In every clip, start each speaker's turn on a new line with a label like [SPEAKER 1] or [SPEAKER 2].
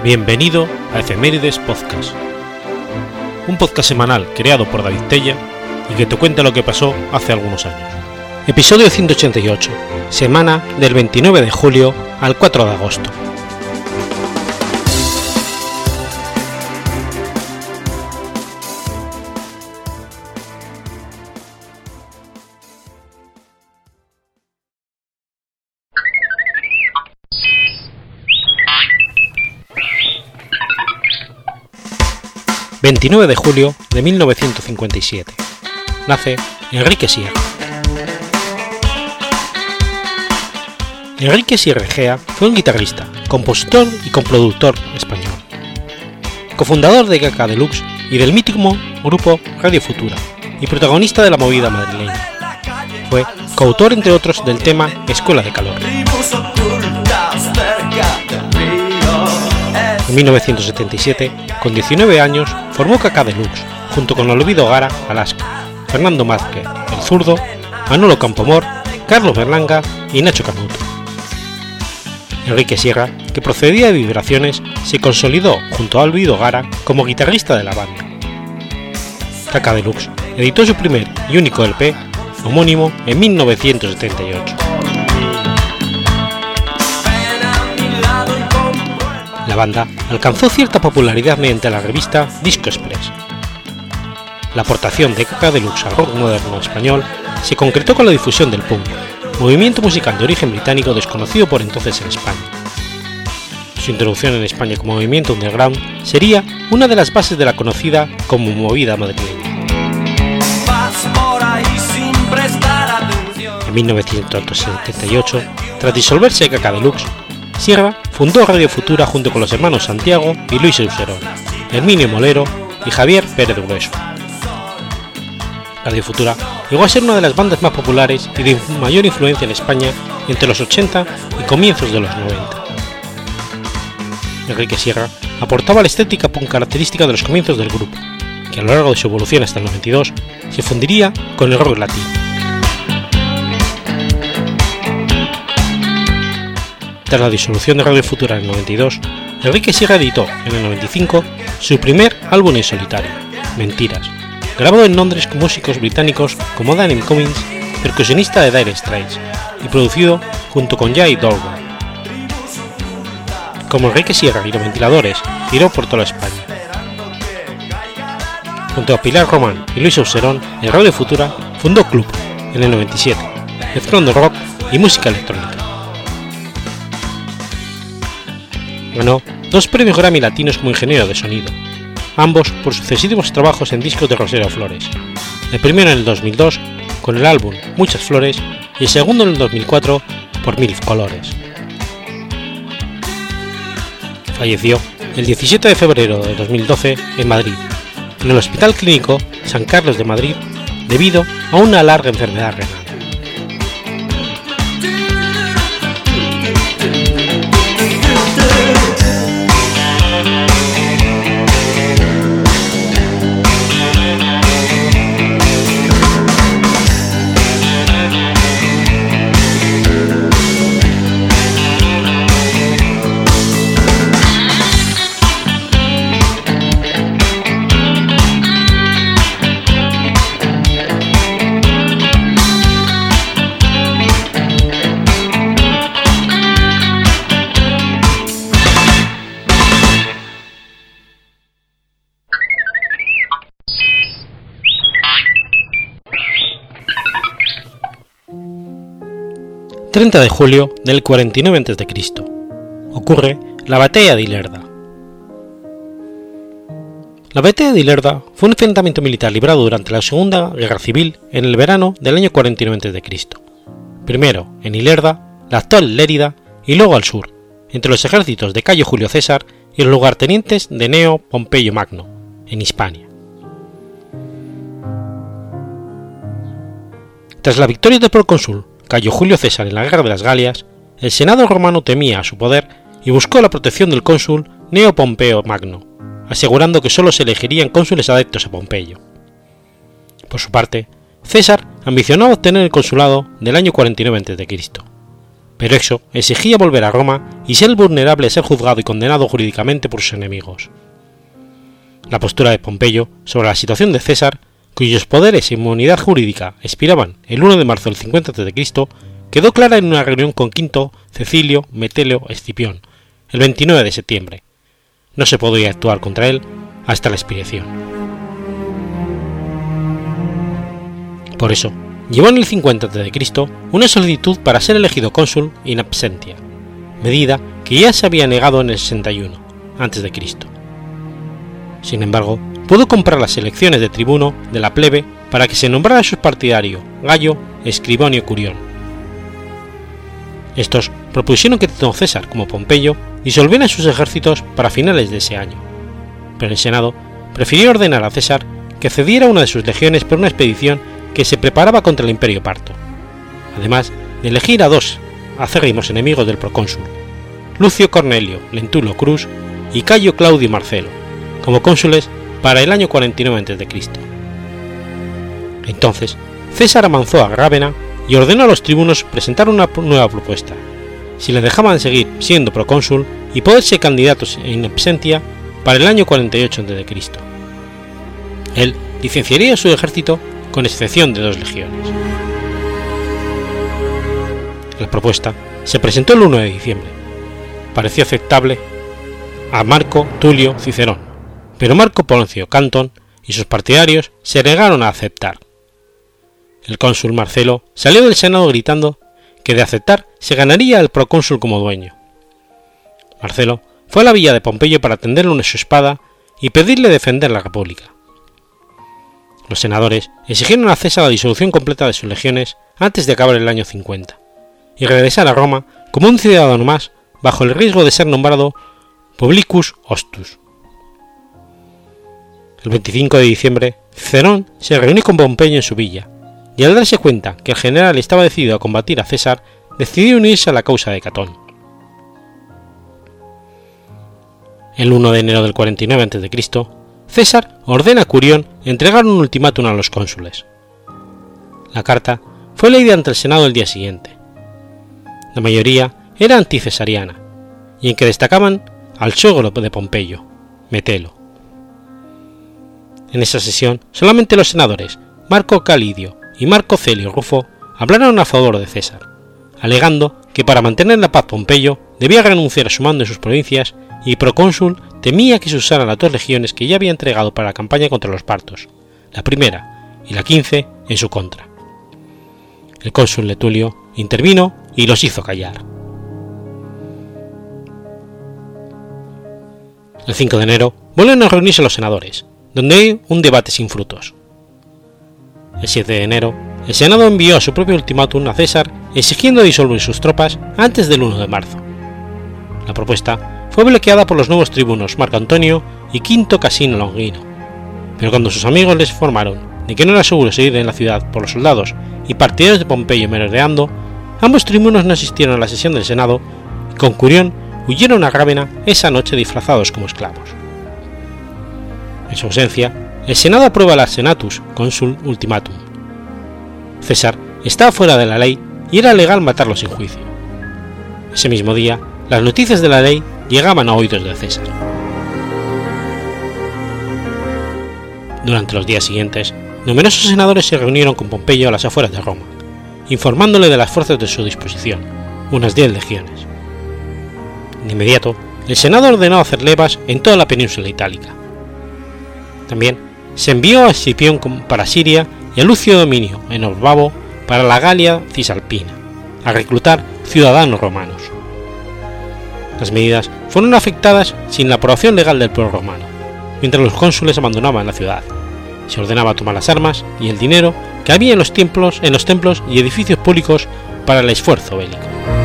[SPEAKER 1] Bienvenido a Efemérides Podcast, un podcast semanal creado por David Tella y que te cuenta lo que pasó hace algunos años. Episodio 188, semana del 29 de julio al 4 de agosto. ...29 de julio de 1957... nace Enrique Sierra. Enrique Sierra Egea fue un guitarrista, compositor y comproductor español, cofundador de Kaka Deluxe y del mítico grupo Radio Futura, y protagonista de la movida madrileña. Fue coautor, entre otros, del tema Escuela de Calor. En 1977, con 19 años, formó Kaka Deluxe, junto con Olvido Gara, Alaska, Fernando Mázquez, El Zurdo, Manolo Campomor, Carlos Berlanga y Nacho Canuto. Enrique Sierra, que procedía de Vibraciones, se consolidó junto a Olvido Gara como guitarrista de la banda. Kaka Deluxe editó su primer y único LP, homónimo, en 1978. La banda alcanzó cierta popularidad mediante la revista Disco Express. La aportación de Kaka Deluxe al rock moderno español se concretó con la difusión del punk, movimiento musical de origen británico desconocido por entonces en España. Su introducción en España como movimiento underground sería una de las bases de la conocida como movida madrileña. En 1978, tras disolverse Kaka Deluxe, Sierra fundó Radio Futura junto con los hermanos Santiago y Luis Euserón, Herminio Molero y Javier Pérez Grueso. Radio Futura llegó a ser una de las bandas más populares y de mayor influencia en España entre los 80 y comienzos de los 90. Enrique Sierra aportaba la estética punk característica de los comienzos del grupo, que a lo largo de su evolución hasta el 92 se fundiría con el rock latino. Tras la disolución de Radio Futura en el 92, Enrique Sierra editó en el 95 su primer álbum en solitario, Mentiras, grabado en Londres con músicos británicos como Danny Cummins, percusionista de Dire Straits, y producido junto con Jay Dolgar. Como Enrique Sierra y los Ventiladores, giró por toda España. Junto a Pilar Román y Luis Euserón, en Radio Futura fundó Club en el 97, mezclando rock y música electrónica. Ganó 2 premios Grammy Latinos como ingeniero de sonido, ambos por sucesivos trabajos en discos de Rosero Flores, el primero en el 2002 con el álbum Muchas Flores y el segundo en el 2004 por Mil Colores. Falleció el 17 de febrero de 2012 en Madrid, en el Hospital Clínico San Carlos de Madrid, debido a una larga enfermedad renal. El 30 de julio del 49 a.C. ocurre la Batalla de Ilerda. La Batalla de Ilerda fue un enfrentamiento militar librado durante la Segunda Guerra Civil en el verano del año 49 a.C., primero en Ilerda, la actual Lérida, y luego al sur, entre los ejércitos de Cayo Julio César y los lugartenientes de Cneo Pompeyo Magno, en Hispania. Tras la victoria del procónsul Cayo Julio César en la Guerra de las Galias, el Senado romano temía a su poder y buscó la protección del cónsul Cneo Pompeo Magno, asegurando que solo se elegirían cónsules adeptos a Pompeyo. Por su parte, César ambicionaba obtener el consulado del año 49 a.C., pero eso exigía volver a Roma y ser vulnerable a ser juzgado y condenado jurídicamente por sus enemigos. La postura de Pompeyo sobre la situación de César, cuyos poderes e inmunidad jurídica expiraban el 1 de marzo del 50 a.C., quedó clara en una reunión con Quinto, Cecilio, Metelio, Escipión, el 29 de septiembre. No se podía actuar contra él hasta la expiración. Por eso, llevó en el 50 a.C. una solicitud para ser elegido cónsul in absentia, medida que ya se había negado en el 61 a.C. Sin embargo, pudo comprar las elecciones de tribuno de la plebe para que se nombrara a su partidario Gayo Escribonio Curión. Estos propusieron que tanto César como Pompeyo disolvieran sus ejércitos para finales de ese año, pero el Senado prefirió ordenar a César que cediera una de sus legiones por una expedición que se preparaba contra el Imperio Parto, además de elegir a dos acérrimos enemigos del procónsul, Lucio Cornelio Lentulo Crus y Cayo Claudio Marcelo, como cónsules para el año 49 a.C. Entonces, César avanzó a Rávena y ordenó a los tribunos presentar una nueva propuesta, si le dejaban seguir siendo procónsul y poder ser candidatos in absentia para el año 48 a.C. Él licenciaría su ejército con excepción de 2 legiones. La propuesta se presentó el 1 de diciembre. Pareció aceptable a Marco Tulio Cicerón, pero Marco Poncio Cantón y sus partidarios se negaron a aceptar. El cónsul Marcelo salió del Senado gritando que de aceptar se ganaría el procónsul como dueño. Marcelo fue a la villa de Pompeyo para tenderle una su espada y pedirle defender la república. Los senadores exigieron a César la disolución completa de sus legiones antes de acabar el año 50 y regresar a Roma como un ciudadano más bajo el riesgo de ser nombrado publicus hostus. El 25 de diciembre, Cicerón se reunió con Pompeyo en su villa, y al darse cuenta que el general estaba decidido a combatir a César, decidió unirse a la causa de Catón. El 1 de enero del 49 a.C., César ordena a Curión entregar un ultimátum a los cónsules. La carta fue leída ante el Senado el día siguiente. La mayoría era anticesariana, y en que destacaban al suegro de Pompeyo, Metelo. En esa sesión, solamente los senadores Marco Calidio y Marco Celio Rufo hablaron a favor de César, alegando que para mantener la paz Pompeyo debía renunciar a su mando en sus provincias y procónsul temía que se usaran las 2 legiones que ya había entregado para la campaña contra los partos, la primera y la 15, en su contra. El cónsul Letulio intervino y los hizo callar. El 5 de enero vuelven a reunirse los senadores, donde hay un debate sin frutos. El 7 de enero, el Senado envió a su propio ultimátum a César exigiendo disolver sus tropas antes del 1 de marzo. La propuesta fue bloqueada por los nuevos tribunos Marco Antonio y Quinto Casino Longino, pero cuando sus amigos les informaron de que no era seguro seguir en la ciudad por los soldados y partidarios de Pompeyo merodeando, ambos tribunos no asistieron a la sesión del Senado y con Curión huyeron a Rávena esa noche disfrazados como esclavos. En su ausencia, el Senado aprueba la Senatus Consul Ultimatum. César estaba fuera de la ley y era legal matarlo sin juicio. Ese mismo día, las noticias de la ley llegaban a oídos de César. Durante los días siguientes, numerosos senadores se reunieron con Pompeyo a las afueras de Roma, informándole de las fuerzas de su disposición, unas 10 legiones. De inmediato, el Senado ordenó hacer levas en toda la península itálica. También se envió a Escipión para Siria y a Lucio Dominio en Orbabo para la Galia Cisalpina, a reclutar ciudadanos romanos. Las medidas fueron afectadas sin la aprobación legal del pueblo romano, mientras los cónsules abandonaban la ciudad. Se ordenaba tomar las armas y el dinero que había en los templos y edificios públicos para el esfuerzo bélico.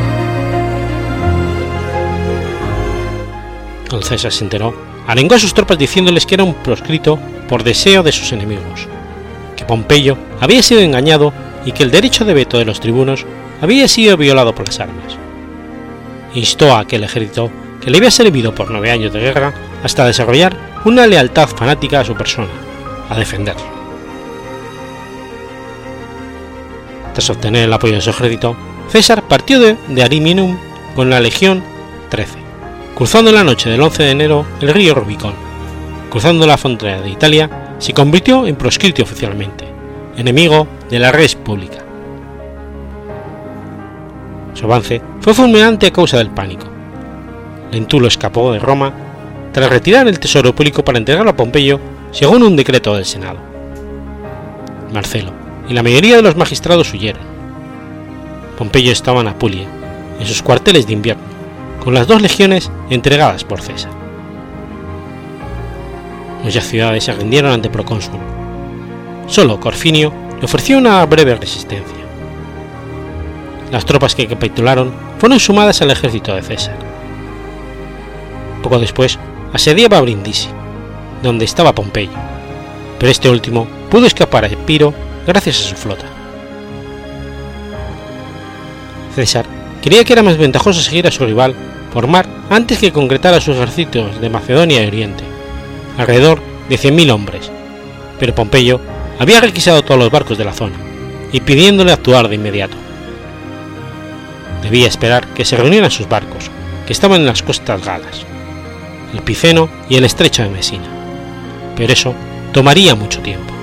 [SPEAKER 1] Cuando César se enteró, arengó a sus tropas diciéndoles que era un proscrito por deseo de sus enemigos, que Pompeyo había sido engañado y que el derecho de veto de los tribunos había sido violado por las armas. Instó a aquel ejército, que le había servido por 9 años de guerra, hasta desarrollar una lealtad fanática a su persona, a defenderlo. Tras obtener el apoyo de su ejército, César partió de Ariminum con la Legión 13, cruzando la noche del 11 de enero el río Rubicón. Cruzando la frontera de Italia, se convirtió en proscrito oficialmente, enemigo de la res pública. Su avance fue fulminante a causa del pánico. Lentulo escapó de Roma tras retirar el tesoro público para entregarlo a Pompeyo según un decreto del Senado. Marcelo y la mayoría de los magistrados huyeron. Pompeyo estaba en Apulia, en sus cuarteles de invierno, con las 2 legiones entregadas por César. Muchas ciudades se rindieron ante Procónsul. Solo Corfinio le ofreció una breve resistencia. Las tropas que capitularon fueron sumadas al ejército de César. Poco después asediaba Brindisi, donde estaba Pompeyo, pero este último pudo escapar a Epiro gracias a su flota. César creía que era más ventajoso seguir a su rival por mar antes que concretar a sus ejércitos de Macedonia y Oriente, alrededor de 100.000 hombres, pero Pompeyo había requisado todos los barcos de la zona y pidiéndole actuar de inmediato. Debía esperar que se reunieran sus barcos, que estaban en las costas galas, el Piceno y el estrecho de Mesina, pero eso tomaría mucho tiempo.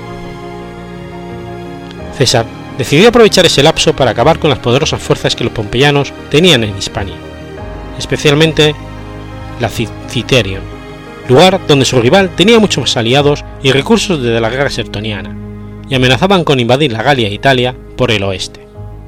[SPEAKER 1] César decidió aprovechar ese lapso para acabar con las poderosas fuerzas que los pompeyanos tenían en Hispania, especialmente la Citerion, lugar donde su rival tenía muchos más aliados y recursos desde la guerra sertoniana, y amenazaban con invadir la Galia e Italia por el oeste.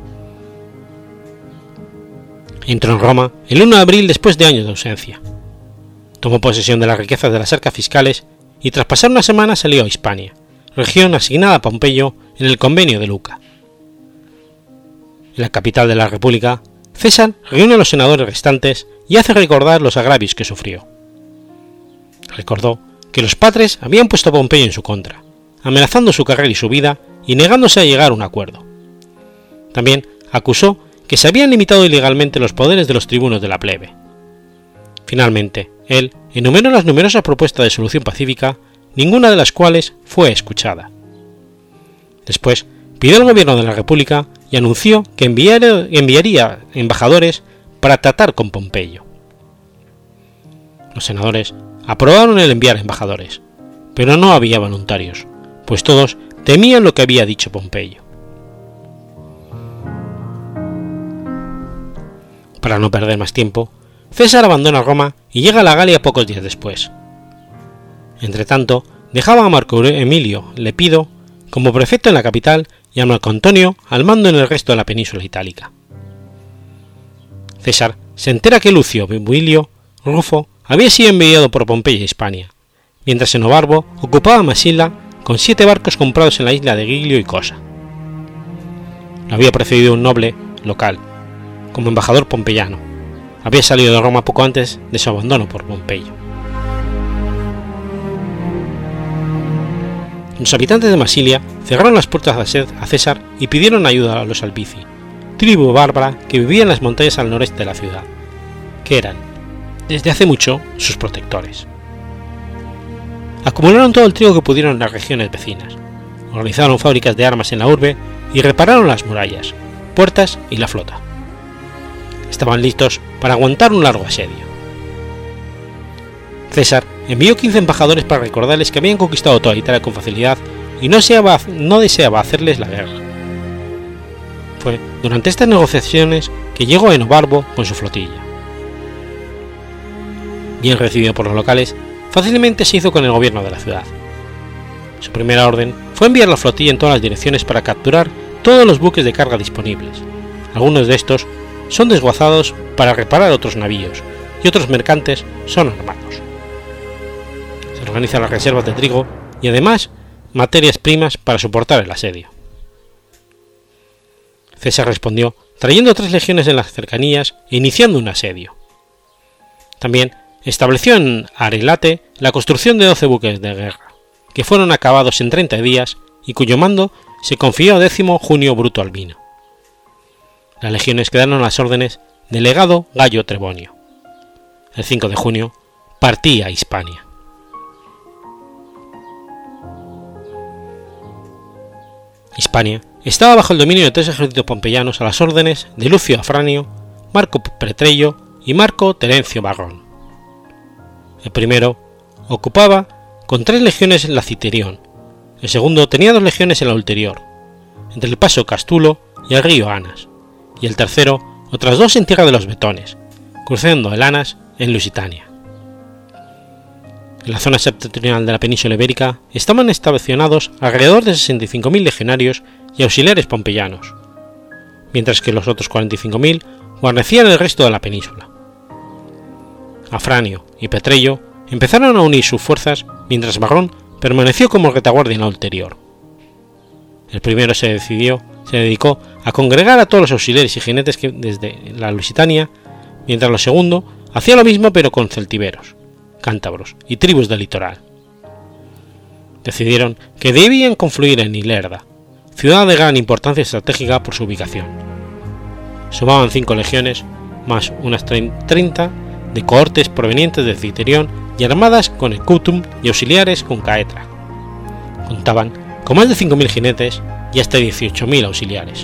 [SPEAKER 1] Entró en Roma el 1 de abril después de años de ausencia. Tomó posesión de las riquezas de las arcas fiscales y tras pasar una semana salió a Hispania, región asignada a Pompeyo en el convenio de Luca. En la capital de la República, César reúne a los senadores restantes y hace recordar los agravios que sufrió. Recordó que los patres habían puesto a Pompeyo en su contra, amenazando su carrera y su vida y negándose a llegar a un acuerdo. También acusó que se habían limitado ilegalmente los poderes de los tribunos de la plebe. Finalmente, él enumeró las numerosas propuestas de solución pacífica, ninguna de las cuales fue escuchada. Después, pidió al gobierno de la República y anunció que enviaría embajadores para tratar con Pompeyo. Los senadores aprobaron el enviar embajadores, pero no había voluntarios, pues todos temían lo que había dicho Pompeyo. Para no perder más tiempo, César abandona Roma y llega a la Galia pocos días después. Entretanto, dejaba a Marco Emilio Lepido como prefecto en la capital y a Marco Antonio al mando en el resto de la península itálica. César se entera que Lucio Bilio Rufo había sido enviado por Pompeyo a Hispania, mientras Enobarbo ocupaba Masila con 7 barcos comprados en la isla de Giglio y Cosa. Lo había precedido un noble local, como embajador pompeyano. Había salido de Roma poco antes de su abandono por Pompeyo. Los habitantes de Masilia cerraron las puertas a César y pidieron ayuda a los Albici, tribu bárbara que vivía en las montañas al noreste de la ciudad, que eran, desde hace mucho, sus protectores. Acumularon todo el trigo que pudieron en las regiones vecinas, organizaron fábricas de armas en la urbe y repararon las murallas, puertas y la flota. Estaban listos para aguantar un largo asedio. César envió 15 embajadores para recordarles que habían conquistado toda Italia con facilidad y no deseaba hacerles la guerra. Fue durante estas negociaciones que llegó Enobarbo con su flotilla. Bien recibido por los locales, fácilmente se hizo con el gobierno de la ciudad. Su primera orden fue enviar la flotilla en todas las direcciones para capturar todos los buques de carga disponibles. Algunos de estos son desguazados para reparar otros navíos y otros mercantes son armados. Se organizan las reservas de trigo y además materias primas para soportar el asedio. César respondió trayendo 3 legiones en las cercanías e iniciando un asedio. También estableció en Arelate la construcción de 12 buques de guerra, que fueron acabados en 30 días y cuyo mando se confió a 10 Junio Bruto Albino. Las legiones quedaron a las órdenes del legado Gallo Trebonio. El 5 de junio partía a Hispania. Hispania estaba bajo el dominio de 3 ejércitos pompeyanos a las órdenes de Lucio Afranio, Marco Petreio y Marco Terencio Varrón. El primero ocupaba con 3 legiones en la Citerión, el segundo tenía 2 legiones en la Ulterior, entre el paso Castulo y el río Anas, y el tercero otras 2 en tierra de los Betones, cruzando el Anas en Lusitania. En la zona septentrional de la península ibérica estaban estacionados alrededor de 65.000 legionarios y auxiliares pompeyanos, mientras que los otros 45.000 guarnecían el resto de la península. Afranio y Petreio empezaron a unir sus fuerzas mientras Varrón permaneció como retaguardia en la Ulterior. El primero se dedicó a congregar a todos los auxiliares y jinetes desde la Lusitania, mientras el segundo hacía lo mismo pero con celtíberos, cántabros y tribus del litoral. Decidieron que debían confluir en Ilerda, ciudad de gran importancia estratégica por su ubicación. Sumaban 5 legiones, más unas 30 de cohortes provenientes de Citerión y armadas con escutum y auxiliares con caetra. Contaban con más de 5.000 jinetes y hasta 18.000 auxiliares.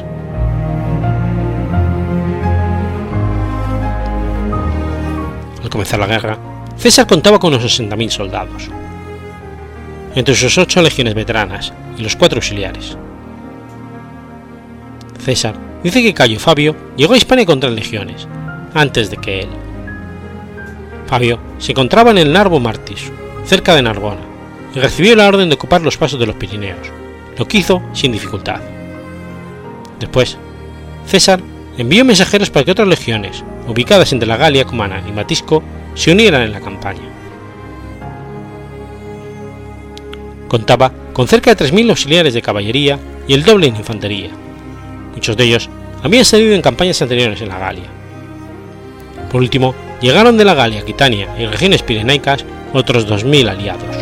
[SPEAKER 1] Al comenzar la guerra, César contaba con unos 60.000 soldados, entre sus 8 legiones veteranas y los 4 auxiliares. César dice que Cayo Fabio llegó a Hispania con 3 legiones, antes de que él. Fabio se encontraba en el Narbo Martis, cerca de Narbona, y recibió la orden de ocupar los pasos de los Pirineos, lo que hizo sin dificultad. Después, César envió mensajeros para que otras legiones, ubicadas entre la Galia Cumana y Matisco, se unieran en la campaña. Contaba con cerca de 3.000 auxiliares de caballería y el doble en infantería. Muchos de ellos habían salido en campañas anteriores en la Galia. Por último, llegaron de la Galia, Aquitania y regiones pirenaicas otros 2.000 aliados.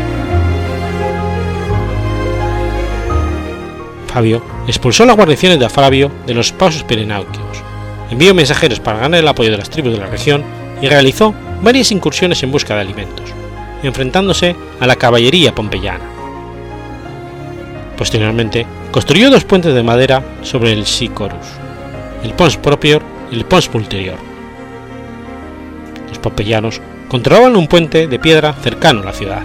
[SPEAKER 1] Fabio expulsó las guarniciones de Afravio de los pasos pirenaios, envió mensajeros para ganar el apoyo de las tribus de la región y realizó varias incursiones en busca de alimentos, enfrentándose a la caballería pompeyana. Posteriormente, construyó 2 puentes de madera sobre el Sicorus, el Pons Propior y el Pons Ulterior. Los pompeyanos controlaban un puente de piedra cercano a la ciudad.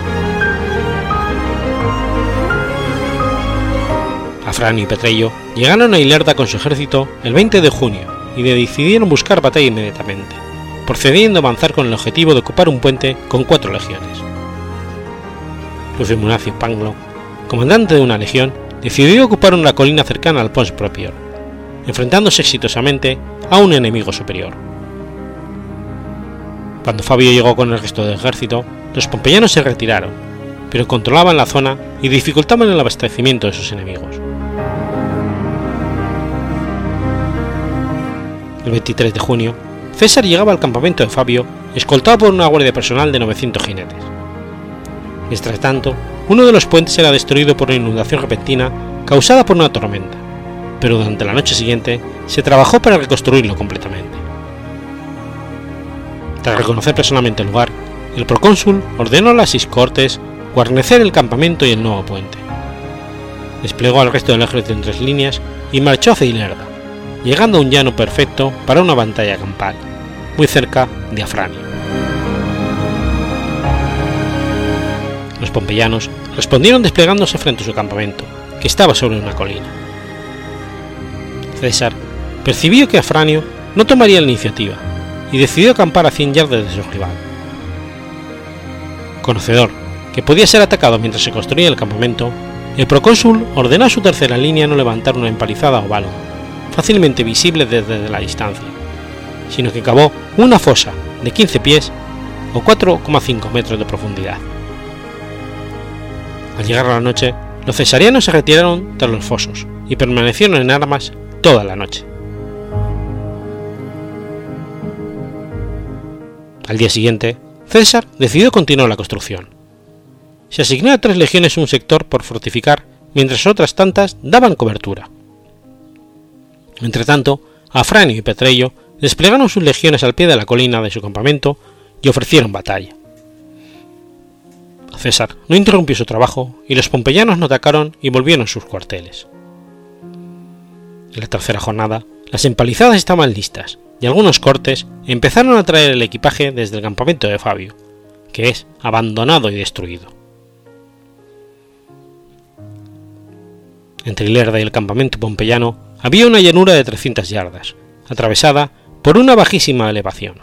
[SPEAKER 1] Afranio y Petreio llegaron a Ilerda con su ejército el 20 de junio y decidieron buscar batalla inmediatamente, procediendo a avanzar con el objetivo de ocupar un puente con 4 legiones. Lucio Munacio Panglo, comandante de una legión, decidió ocupar una colina cercana al Pons Propior, enfrentándose exitosamente a un enemigo superior. Cuando Fabio llegó con el resto del ejército, los pompeyanos se retiraron, pero controlaban la zona y dificultaban el abastecimiento de sus enemigos. El 23 de junio, César llegaba al campamento de Fabio, escoltado por una guardia personal de 900 jinetes. Mientras tanto, uno de los puentes era destruido por una inundación repentina causada por una tormenta, pero durante la noche siguiente se trabajó para reconstruirlo completamente. Tras reconocer personalmente el lugar, el procónsul ordenó a las 6 cohortes guarnecer el campamento y el nuevo puente. Desplegó al resto del ejército en 3 líneas y marchó hacia Ilerda, llegando a un llano perfecto para una batalla campal, muy cerca de Afranio. Los pompeyanos respondieron desplegándose frente a su campamento, que estaba sobre una colina. César percibió que Afranio no tomaría la iniciativa y decidió acampar a 100 yardas de su rival. Conocedor que podía ser atacado mientras se construía el campamento, el procónsul ordenó a su tercera línea no levantar una empalizada o balón, fácilmente visible desde la distancia, sino que cavó una fosa de 15 pies o 4,5 metros de profundidad. Al llegar a la noche, los cesarianos se retiraron tras los fosos y permanecieron en armas toda la noche. Al día siguiente, César decidió continuar la construcción. Se asignó a 3 legiones un sector por fortificar, mientras otras tantas daban cobertura. Entretanto, Afranio y Petreio desplegaron sus legiones al pie de la colina de su campamento y ofrecieron batalla. César no interrumpió su trabajo y los pompeyanos no atacaron y volvieron a sus cuarteles. En la tercera jornada, las empalizadas estaban listas y algunos cortes empezaron a traer el equipaje desde el campamento de Fabio, que es abandonado y destruido. Entre Ilerda y el campamento pompeyano había una llanura de 300 yardas, atravesada por una bajísima elevación.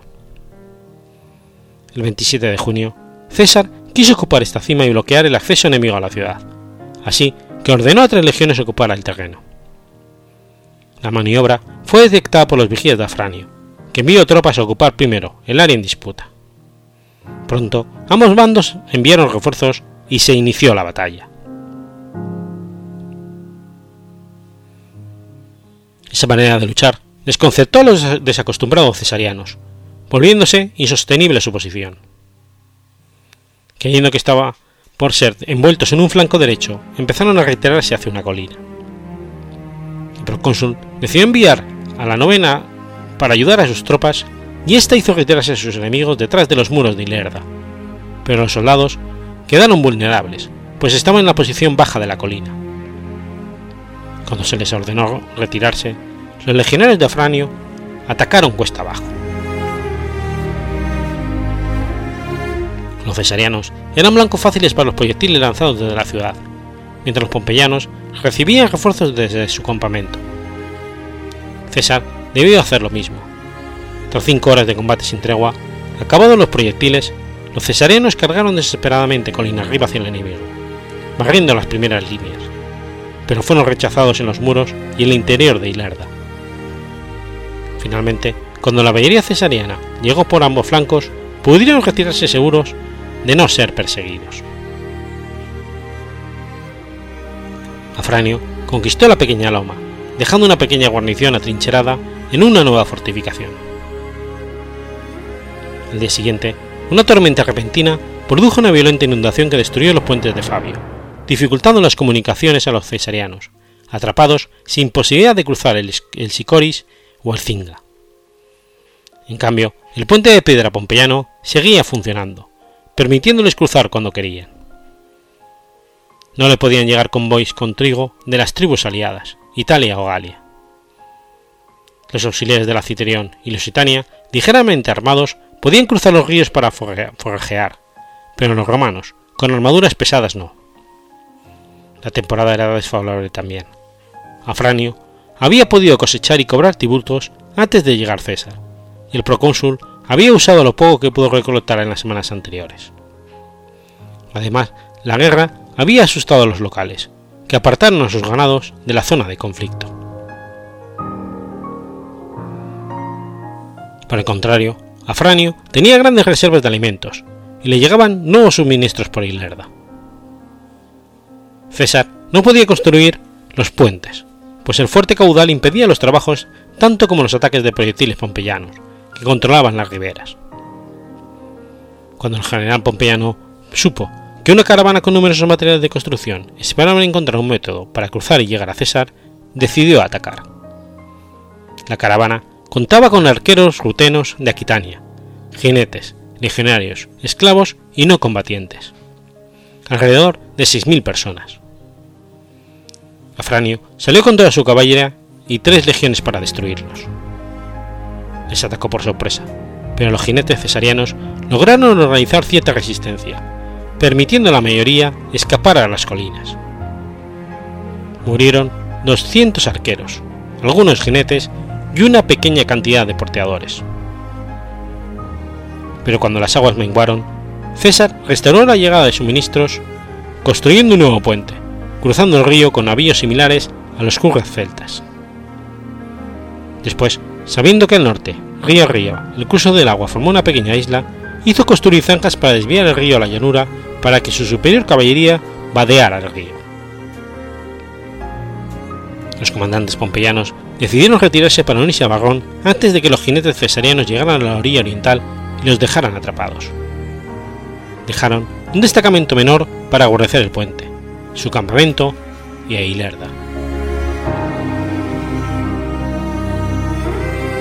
[SPEAKER 1] El 27 de junio, César quiso ocupar esta cima y bloquear el acceso enemigo a la ciudad, así que ordenó a 3 legiones ocupar el terreno. La maniobra fue detectada por los vigías de Afranio, que envió tropas a ocupar primero el área en disputa. Pronto, ambos bandos enviaron refuerzos y se inició la batalla. Esa manera de luchar desconcertó a los desacostumbrados cesarianos, volviéndose insostenible su posición. Creyendo que estaba por ser envueltos en un flanco derecho, empezaron a retirarse hacia una colina. El procónsul decidió enviar a la novena para ayudar a sus tropas y ésta hizo retirarse a sus enemigos detrás de los muros de Ilerda, pero los soldados quedaron vulnerables, pues estaban en la posición baja de la colina. Cuando se les ordenó retirarse, los legionarios de Afranio atacaron cuesta abajo. Los cesarianos eran blancos fáciles para los proyectiles lanzados desde la ciudad, mientras los pompeyanos recibían refuerzos desde su campamento. César debió hacer lo mismo. Tras 5 horas de combate sin tregua, acabados los proyectiles, los cesarianos cargaron desesperadamente colina arriba hacia el enemigo, barriendo las primeras líneas, pero fueron rechazados en los muros y en el interior de Ilerda. Finalmente, cuando la caballería cesariana llegó por ambos flancos, pudieron retirarse seguros de no ser perseguidos. Afranio conquistó la pequeña loma, dejando una pequeña guarnición atrincherada en una nueva fortificación. Al día siguiente, una tormenta repentina produjo una violenta inundación que destruyó los puentes de Fabio, dificultando las comunicaciones a los cesarianos, atrapados sin posibilidad de cruzar el Sicoris o el Cinga. En cambio, el puente de piedra pompeyano seguía funcionando, permitiéndoles cruzar cuando querían. No le podían llegar convoys con trigo de las tribus aliadas, Italia o Galia. Los auxiliares de la Citerión y Lusitania, ligeramente armados, podían cruzar los ríos para forrajear, pero los romanos, con armaduras pesadas, no. La temporada era desfavorable también. Afranio había podido cosechar y cobrar tributos antes de llegar César, y el procónsul había usado lo poco que pudo recolectar en las semanas anteriores. Además, la guerra había asustado a los locales, que apartaron a sus ganados de la zona de conflicto. Por el contrario, Afranio tenía grandes reservas de alimentos, y le llegaban nuevos suministros por Ilerda. César no podía construir los puentes, pues el fuerte caudal impedía los trabajos tanto como los ataques de proyectiles pompeyanos, que controlaban las riberas. Cuando el general pompeyano supo que una caravana con numerosos materiales de construcción esperaba encontrar un método para cruzar y llegar a César, decidió atacar. La caravana contaba con arqueros rutenos de Aquitania, jinetes, legionarios, esclavos y no combatientes, alrededor de 6.000 personas. Afranio salió con toda su caballería y 3 legiones para destruirlos. Les atacó por sorpresa, pero los jinetes cesarianos lograron organizar cierta resistencia, permitiendo a la mayoría escapar a las colinas. Murieron 200 arqueros, algunos jinetes y una pequeña cantidad de porteadores. Pero cuando las aguas menguaron, César restauró la llegada de suministros construyendo un nuevo puente, cruzando el río con navíos similares a los curras celtas. Después, sabiendo que al norte, río arriba, el curso del agua formó una pequeña isla, hizo construir zanjas para desviar el río a la llanura para que su superior caballería vadeara el río. Los comandantes pompeyanos decidieron retirarse para unirse a Varrón antes de que los jinetes cesarianos llegaran a la orilla oriental y los dejaran atrapados. Dejaron un destacamento menor para guarecer el puente, su campamento y a Ilerda.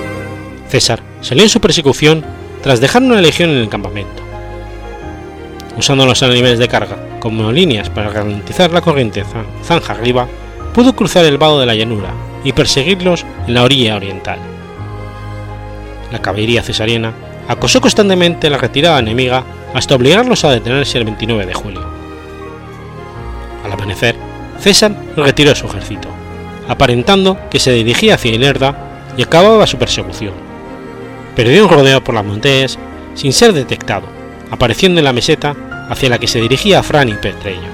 [SPEAKER 1] César salió en su persecución tras dejar una legión en el campamento. usando los niveles de carga como líneas para garantizar la corriente zanja arriba, pudo cruzar el vado de la llanura y perseguirlos en la orilla oriental. La caballería cesariana acosó constantemente la retirada enemiga hasta obligarlos a detenerse el 29 de julio. Al amanecer, César retiró su ejército, aparentando que se dirigía hacia Ilerda y acababa su persecución, pero dio un rodeo por las montañas sin ser detectado, apareciendo en la meseta hacia la que se dirigía Fran y Petreio.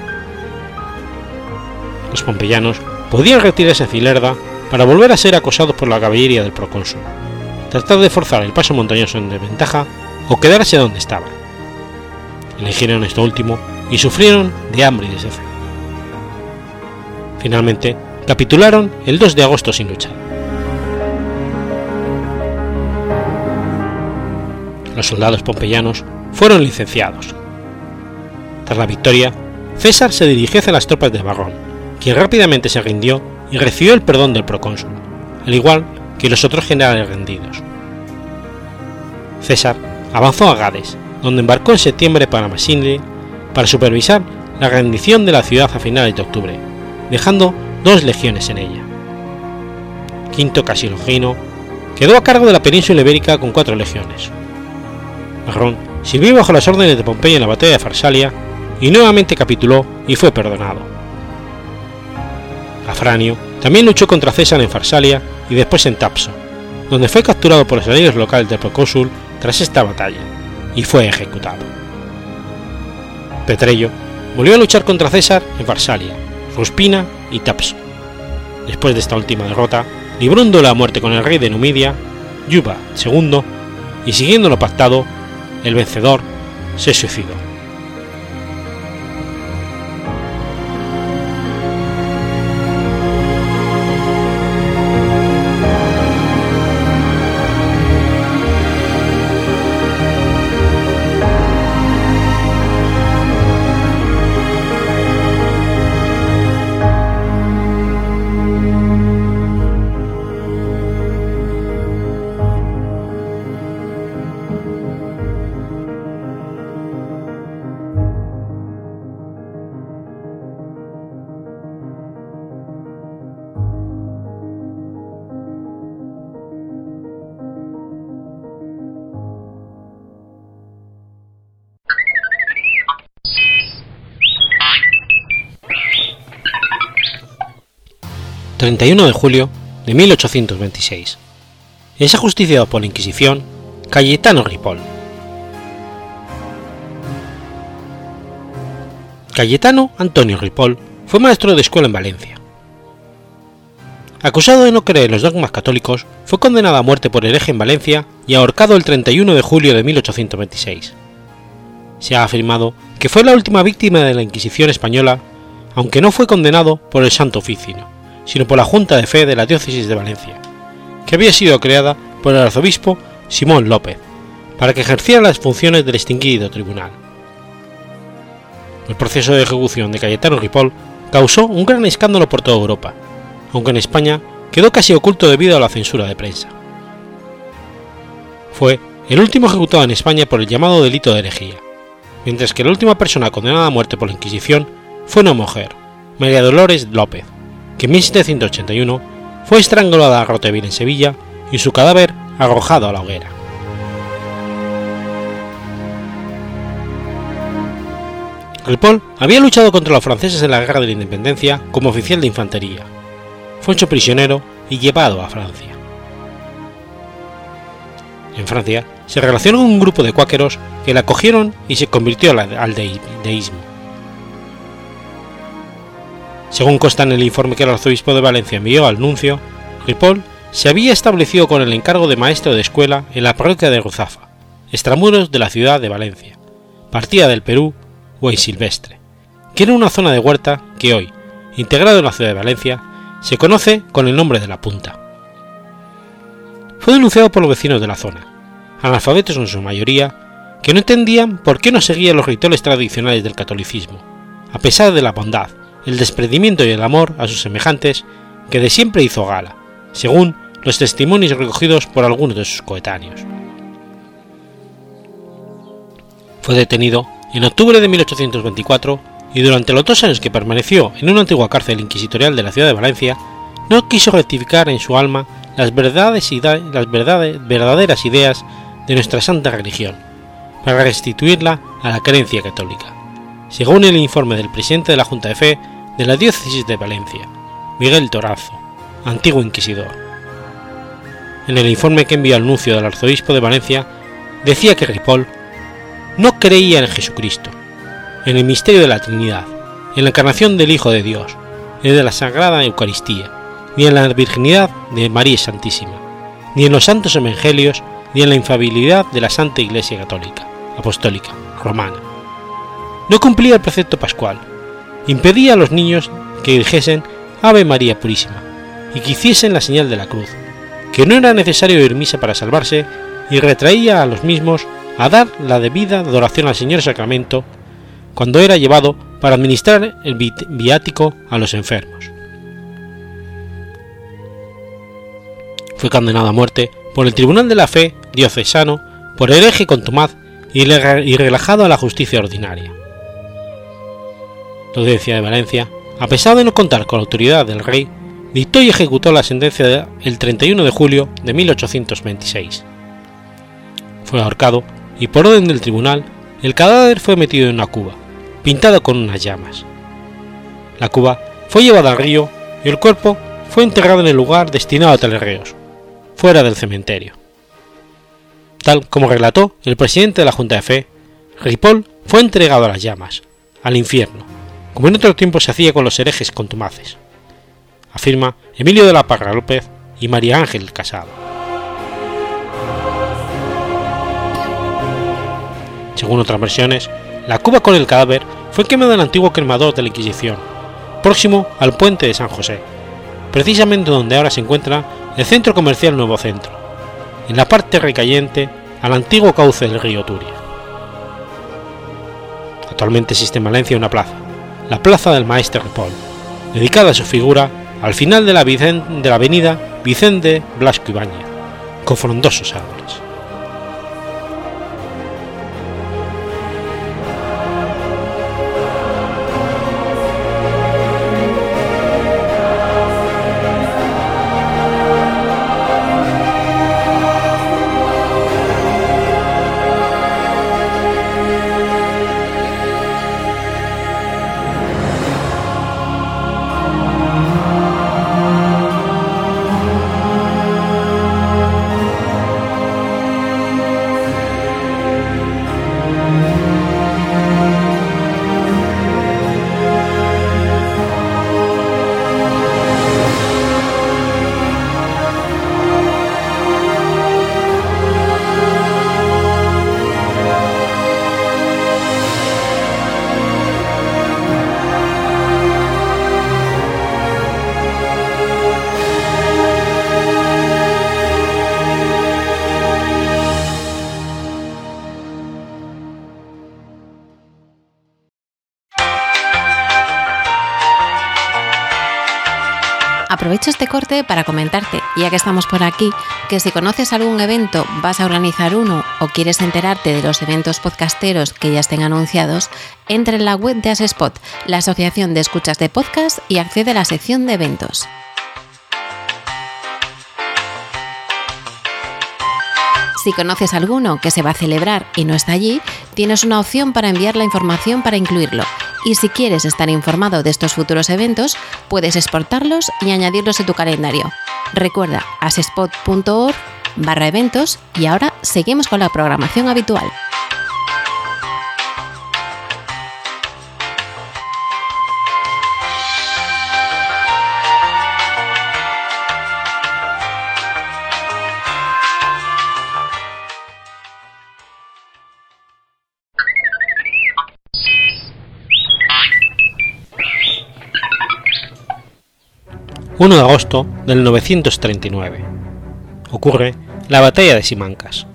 [SPEAKER 1] Los pompeyanos podían retirarse hacia Ilerda para volver a ser acosados por la caballería del procónsul, tratar de forzar el paso montañoso en desventaja o quedarse donde estaban. Eligieron esto último y sufrieron de hambre y de sed. Finalmente, capitularon el 2 de agosto sin luchar. Los soldados pompeyanos fueron licenciados. Tras la victoria, César se dirigió hacia las tropas de Varrón, quien rápidamente se rindió y recibió el perdón del procónsul, al igual que los otros generales rendidos. César avanzó a Gades, donde embarcó en septiembre para Massili para supervisar la rendición de la ciudad a finales de octubre, dejando 2 legiones en ella. Quinto Casilogino quedó a cargo de la península ibérica con 4 legiones. Varrón sirvió bajo las órdenes de Pompeyo en la batalla de Farsalia y nuevamente capituló y fue perdonado. Afranio también luchó contra César en Farsalia y después en Tapso, donde fue capturado por los aliados locales del procónsul tras esta batalla y fue ejecutado. Petreio volvió a luchar contra César en Farsalia, Ruspina y Tapso. Después de esta última derrota, libró un duelo a muerte con el rey de Numidia, Yuba II, y siguiendo lo pactado, el vencedor se suicidó. El 31 de julio de 1826. Es ajusticiado por la Inquisición Cayetano Ripoll. Cayetano Antonio Ripoll fue maestro de escuela en Valencia. Acusado de no creer en los dogmas católicos, fue condenado a muerte por hereje en Valencia y ahorcado el 31 de julio de 1826. Se ha afirmado que fue la última víctima de la Inquisición española, aunque no fue condenado por el Santo Oficio, sino por la Junta de Fe de la Diócesis de Valencia, que había sido creada por el arzobispo Simón López, para que ejerciera las funciones del extinguido tribunal. El proceso de ejecución de Cayetano Ripoll causó un gran escándalo por toda Europa, aunque en España quedó casi oculto debido a la censura de prensa. Fue el último ejecutado en España por el llamado delito de herejía, mientras que la última persona condenada a muerte por la Inquisición fue una mujer, María Dolores López, que en 1781 fue estrangulada a Roteville en Sevilla y su cadáver arrojado a la hoguera. Ripoll había luchado contra los franceses en la Guerra de la Independencia como oficial de infantería. Fue hecho prisionero y llevado a Francia. En Francia se relacionó con un grupo de cuáqueros que la acogieron y se convirtió al deísmo. Según consta en el informe que el arzobispo de Valencia envió al nuncio, Ripoll se había establecido con el encargo de maestro de escuela en la parroquia de Ruzafa, extramuros de la ciudad de Valencia, partida del Perú o en Silvestre, que era una zona de huerta que hoy, integrado en la ciudad de Valencia, se conoce con el nombre de La Punta. Fue denunciado por los vecinos de la zona, analfabetos en su mayoría, que no entendían por qué no seguían los rituales tradicionales del catolicismo, a pesar de la bondad, el desprendimiento y el amor a sus semejantes que de siempre hizo gala, según los testimonios recogidos por algunos de sus coetáneos. Fue detenido En octubre de 1824, y durante los 2 años que permaneció en una antigua cárcel inquisitorial de la ciudad de Valencia, no quiso rectificar en su alma las verdaderas ideas de nuestra santa religión, para restituirla a la creencia católica, según el informe del presidente de la Junta de Fe de la diócesis de Valencia, Miguel Torazo, antiguo inquisidor. En el informe que envió al nuncio del arzobispo de Valencia, decía que Ripoll no creía en Jesucristo, en el misterio de la Trinidad, en la encarnación del Hijo de Dios, en la Sagrada Eucaristía, ni en la virginidad de María Santísima, ni en los santos evangelios, ni en la infalibilidad de la Santa Iglesia Católica, Apostólica, Romana. No cumplía el precepto pascual, impedía a los niños que dijesen Ave María Purísima y que hiciesen la señal de la cruz, que no era necesario ir misa para salvarse, y retraía a los mismos a dar la debida adoración al Señor Sacramento cuando era llevado para administrar el viático a los enfermos. Fue condenado a muerte por el Tribunal de la Fe diocesano por hereje contumaz y relajado a la justicia ordinaria. La Audiencia de Valencia, a pesar de no contar con la autoridad del rey, dictó y ejecutó la sentencia el 31 de julio de 1826. Fue ahorcado y por orden del tribunal el cadáver fue metido en una cuba, pintado con unas llamas. La cuba fue llevada al río y el cuerpo fue enterrado en el lugar destinado a tales reos, fuera del cementerio. Tal como relató el presidente de la Junta de Fe, Ripoll fue entregado a las llamas, al infierno, como en otro tiempo se hacía con los herejes contumaces, afirma Emilio de la Parra López y María Ángel Casado. Según otras versiones, la cuba con el cadáver fue quemada en el antiguo cremador de la Inquisición, próximo al puente de San José, precisamente donde ahora se encuentra el centro comercial Nuevo Centro, en la parte recayente al antiguo cauce del río Turia. Actualmente existe en Valencia una plaza, la Plaza del Maestre Ripoll, dedicada a su figura al final de la avenida Vicente Blasco Ibáñez, con frondosos árboles.
[SPEAKER 2] Aprovecho este corte para comentarte, ya que estamos por aquí, que si conoces algún evento, vas a organizar uno o quieres enterarte de los eventos podcasteros que ya estén anunciados, entra en la web de Asespod, la Asociación de Escuchas de Podcast, y accede a la sección de eventos. Si conoces alguno que se va a celebrar y no está allí, tienes una opción para enviar la información para incluirlo. Y si quieres estar informado de estos futuros eventos, puedes exportarlos y añadirlos en tu calendario. Recuerda asespod.org/eventos y ahora seguimos con la programación habitual.
[SPEAKER 1] ...1 de agosto del 939... ocurre la batalla de Simancas.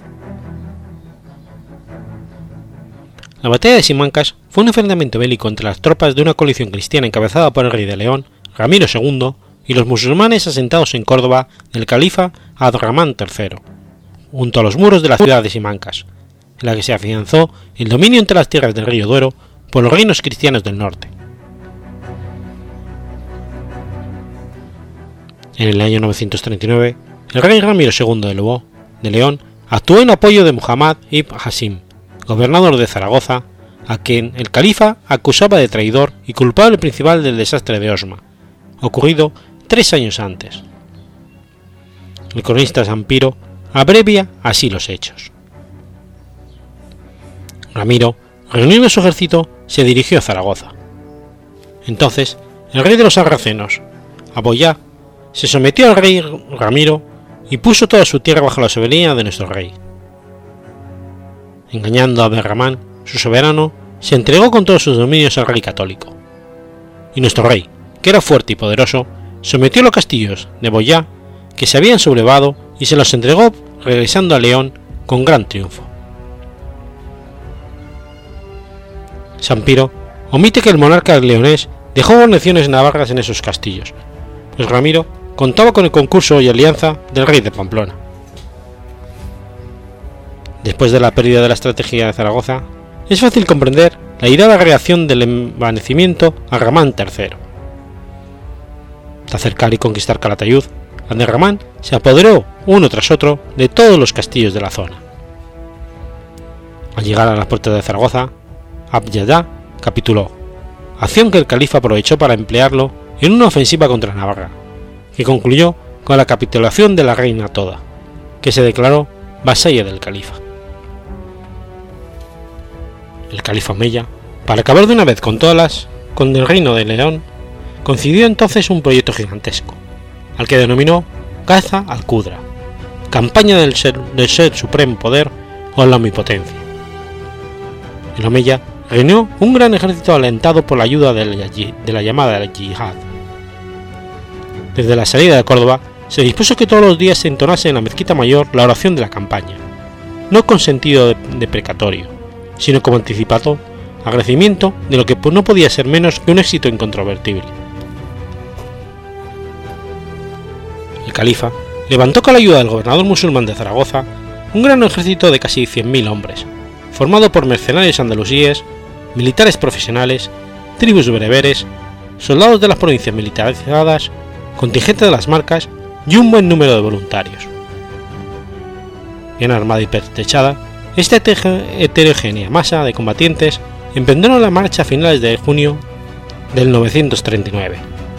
[SPEAKER 1] La batalla de Simancas fue un enfrentamiento bélico entre las tropas de una coalición cristiana encabezada por el rey de León, Ramiro II, y los musulmanes asentados en Córdoba del califa Abd-Rahmán III, junto a los muros de la ciudad de Simancas, en la que se afianzó el dominio entre las tierras del río Duero por los reinos cristianos del norte. En el año 939, el rey Ramiro II de León actuó en apoyo de Muhammad ibn Hasim, gobernador de Zaragoza, a quien el califa acusaba de traidor y culpable principal del desastre de Osma, ocurrido 3 años antes. El cronista Sampiro abrevia así los hechos. Ramiro, reuniendo su ejército, se dirigió a Zaragoza. Entonces, el rey de los sarracenos, Aboyá, se sometió al rey Ramiro y puso toda su tierra bajo la soberanía de nuestro rey. Engañando a Berramán, su soberano, se entregó con todos sus dominios al rey católico. Y nuestro rey, que era fuerte y poderoso, sometió los castillos de Boyá, que se habían sublevado, y se los entregó regresando a León con gran triunfo. Sampiro omite que el monarca leonés dejó guarniciones navarras en esos castillos, pues Ramiro contaba con el concurso y alianza del rey de Pamplona. Después de la pérdida de la estrategia de Zaragoza, es fácil comprender la irada reacción del envanecimiento a Ramán III. Tras cercar y conquistar Calatayud, Abderramán se apoderó uno tras otro de todos los castillos de la zona. Al llegar a las puertas de Zaragoza, Abd-Allah capituló, acción que el califa aprovechó para emplearlo en una ofensiva contra Navarra, que concluyó con la capitulación de la reina toda, que se declaró vasalla del califa. El califa Omeya, para acabar de una vez con el reino de León, concibió entonces un proyecto gigantesco, al que denominó Gaza al-Qudra, campaña del ser supremo poder o la omnipotencia. El Omeya reunió un gran ejército alentado por la ayuda de la llamada yihad. Desde la salida de Córdoba se dispuso que todos los días se entonase en la mezquita mayor la oración de la campaña, no con sentido deprecatorio, sino como anticipado agradecimiento de lo que no podía ser menos que un éxito incontrovertible. El califa levantó con la ayuda del gobernador musulmán de Zaragoza un gran ejército de casi 100.000 hombres, formado por mercenarios andalusíes, militares profesionales, tribus bereberes, soldados de las provincias militarizadas, contingente de las marcas y un buen número de voluntarios. Bien armada y pertrechada, esta heterogénea masa de combatientes emprendieron la marcha a finales de junio del 939.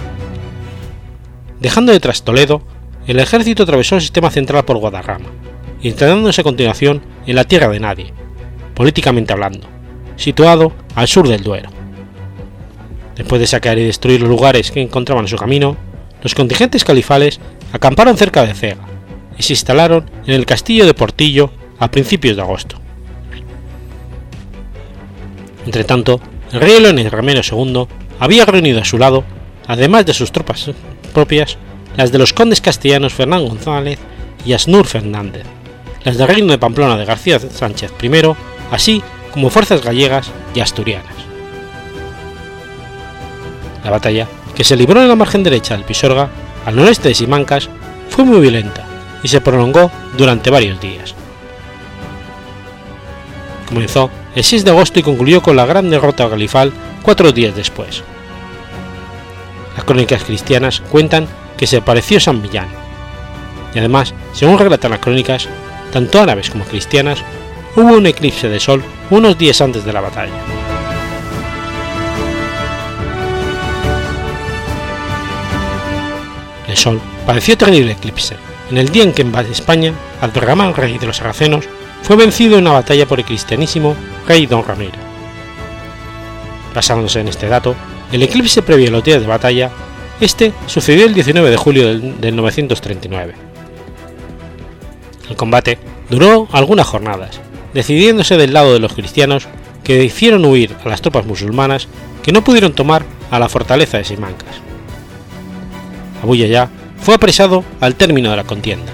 [SPEAKER 1] Dejando detrás Toledo, el ejército atravesó el sistema central por Guadarrama, instalándose a continuación en la Tierra de Nadie, políticamente hablando, situado al sur del Duero. Después de saquear y destruir los lugares que encontraban en su camino, los contingentes califales acamparon cerca de Cega y se instalaron en el castillo de Portillo a principios de agosto. Entretanto, el rey leonés Ramiro II había reunido a su lado, además de sus tropas propias, las de los condes castellanos Fernán González y Asnur Fernández, las del reino de Pamplona de García Sánchez I, así como fuerzas gallegas y asturianas. La batalla, que se libró en la margen derecha del Pisuerga, al noreste de Simancas, fue muy violenta y se prolongó durante varios días. Comenzó el 6 de agosto y concluyó con la gran derrota califal 4 días después. Las crónicas cristianas cuentan que se apareció San Millán, y además, según relatan las crónicas, tanto árabes como cristianas, hubo un eclipse de sol unos días antes de la batalla. El sol pareció terrible eclipse en el día en que en España Abderramán, rey de los sarracenos, fue vencido en una batalla por el cristianísimo rey Don Ramiro. Basándose en este dato, el eclipse previo a los días de batalla, sucedió el 19 de julio del 939. El combate duró algunas jornadas, decidiéndose del lado de los cristianos, que hicieron huir a las tropas musulmanas que no pudieron tomar a la fortaleza de Simancas. Abuyayá fue apresado al término de la contienda.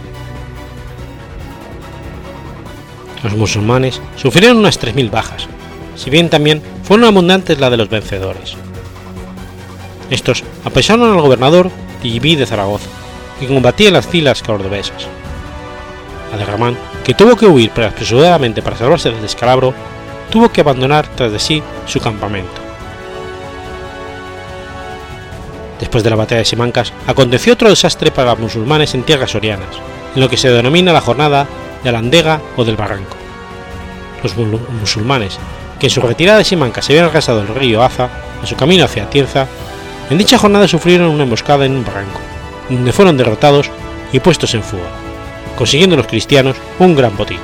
[SPEAKER 1] Los musulmanes sufrieron unas 3.000 bajas, si bien también fueron abundantes las de los vencedores. Estos apresaron al gobernador Tibí de Zaragoza, que combatía en las filas cordobesas. Abderramán, que tuvo que huir apresuradamente para salvarse del descalabro, tuvo que abandonar tras de sí su campamento. Después de la batalla de Simancas, aconteció otro desastre para los musulmanes en tierras sorianas, en lo que se denomina la jornada de Alandega o del Barranco. Los musulmanes, que en su retirada de Simancas se habían arrasado el río Aza a su camino hacia Tienza, en dicha jornada sufrieron una emboscada en un barranco, donde fueron derrotados y puestos en fuga, consiguiendo los cristianos un gran botín.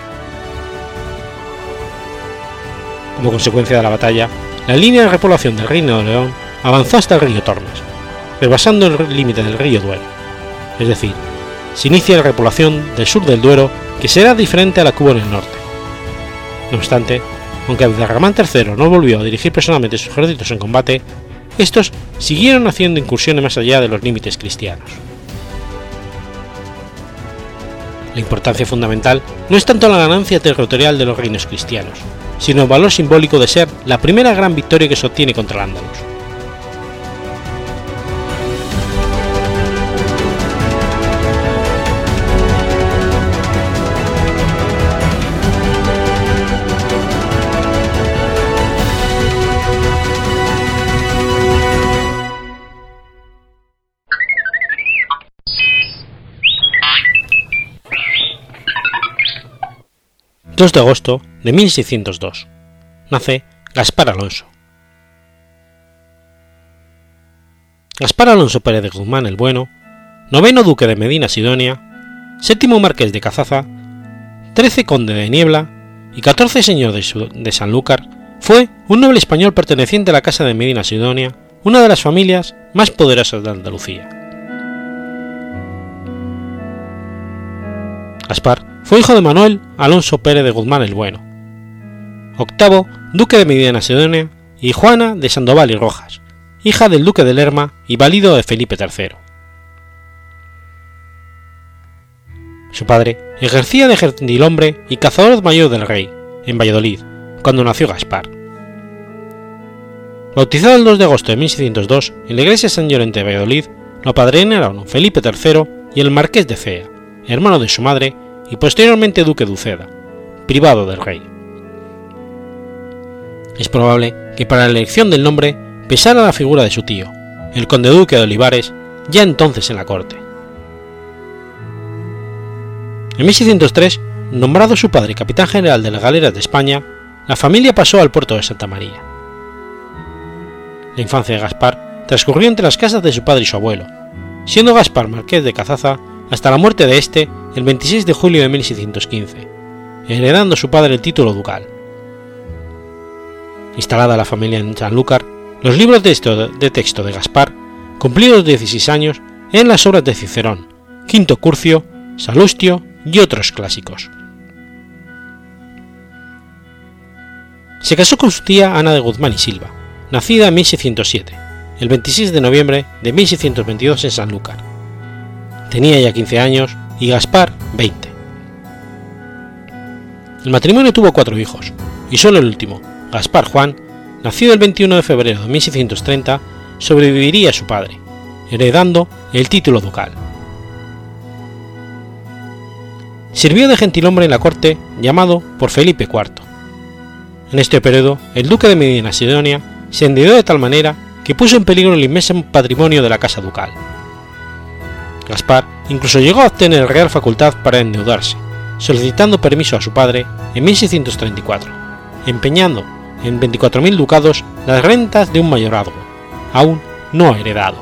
[SPEAKER 1] Como consecuencia de la batalla, la línea de repoblación del Reino de León avanzó hasta el río Tormes, rebasando el límite del río Duero, es decir, se inicia la repoblación del sur del Duero, que será diferente a la que hubo en el norte. No obstante, aunque Abderramán III no volvió a dirigir personalmente sus ejércitos en combate, estos siguieron haciendo incursiones más allá de los límites cristianos. La importancia fundamental no es tanto la ganancia territorial de los reinos cristianos, sino el valor simbólico de ser la primera gran victoria que se obtiene contra el Andalus. El 2 de agosto de 1602 nace Gaspar Alonso. Gaspar Alonso Pérez de Guzmán el Bueno, noveno duque de Medina Sidonia, séptimo marqués de Cazaza, 13 conde de Niebla y 14 señor de Sanlúcar, fue un noble español perteneciente a la casa de Medina Sidonia, una de las familias más poderosas de Andalucía. Gaspar fue hijo de Manuel Alonso Pérez de Guzmán el Bueno, octavo duque de Medina Sidonia, y Juana de Sandoval y Rojas, hija del duque de Lerma y valido de Felipe III. Su padre ejercía de gentilhombre y cazador mayor del rey, en Valladolid, cuando nació Gaspar. Bautizado el 2 de agosto de 1602 en la iglesia de San Llorente de Valladolid, lo apadrinaron Felipe III y el marqués de Cea, hermano de su madre y posteriormente duque de Uceda, privado del rey. Es probable que para la elección del nombre pesara la figura de su tío, el conde duque de Olivares, ya entonces en la corte. En 1603, nombrado su padre capitán general de las galeras de España, la familia pasó al puerto de Santa María. La infancia de Gaspar transcurrió entre las casas de su padre y su abuelo, siendo Gaspar marqués de Cazaza hasta la muerte de este el 26 de julio de 1615, heredando su padre el título ducal. Instalada la familia en Sanlúcar, los libros de texto de Gaspar, cumplidos los 16 años, eran las obras de Cicerón, Quinto Curcio, Salustio y otros clásicos. Se casó con su tía Ana de Guzmán y Silva, nacida en 1607, el 26 de noviembre de 1622 en Sanlúcar. Tenía ya 15 años y Gaspar 20. El matrimonio tuvo 4 hijos, y solo el último, Gaspar Juan, nacido el 21 de febrero de 1630, sobreviviría a su padre, heredando el título ducal. Sirvió de gentilhombre en la corte, llamado por Felipe IV. En este periodo, el duque de Medina Sidonia se endeudó de tal manera que puso en peligro el inmenso patrimonio de la casa ducal. Gaspar incluso llegó a obtener real facultad para endeudarse, solicitando permiso a su padre en 1634, empeñando en 24.000 ducados las rentas de un mayorazgo, aún no heredado.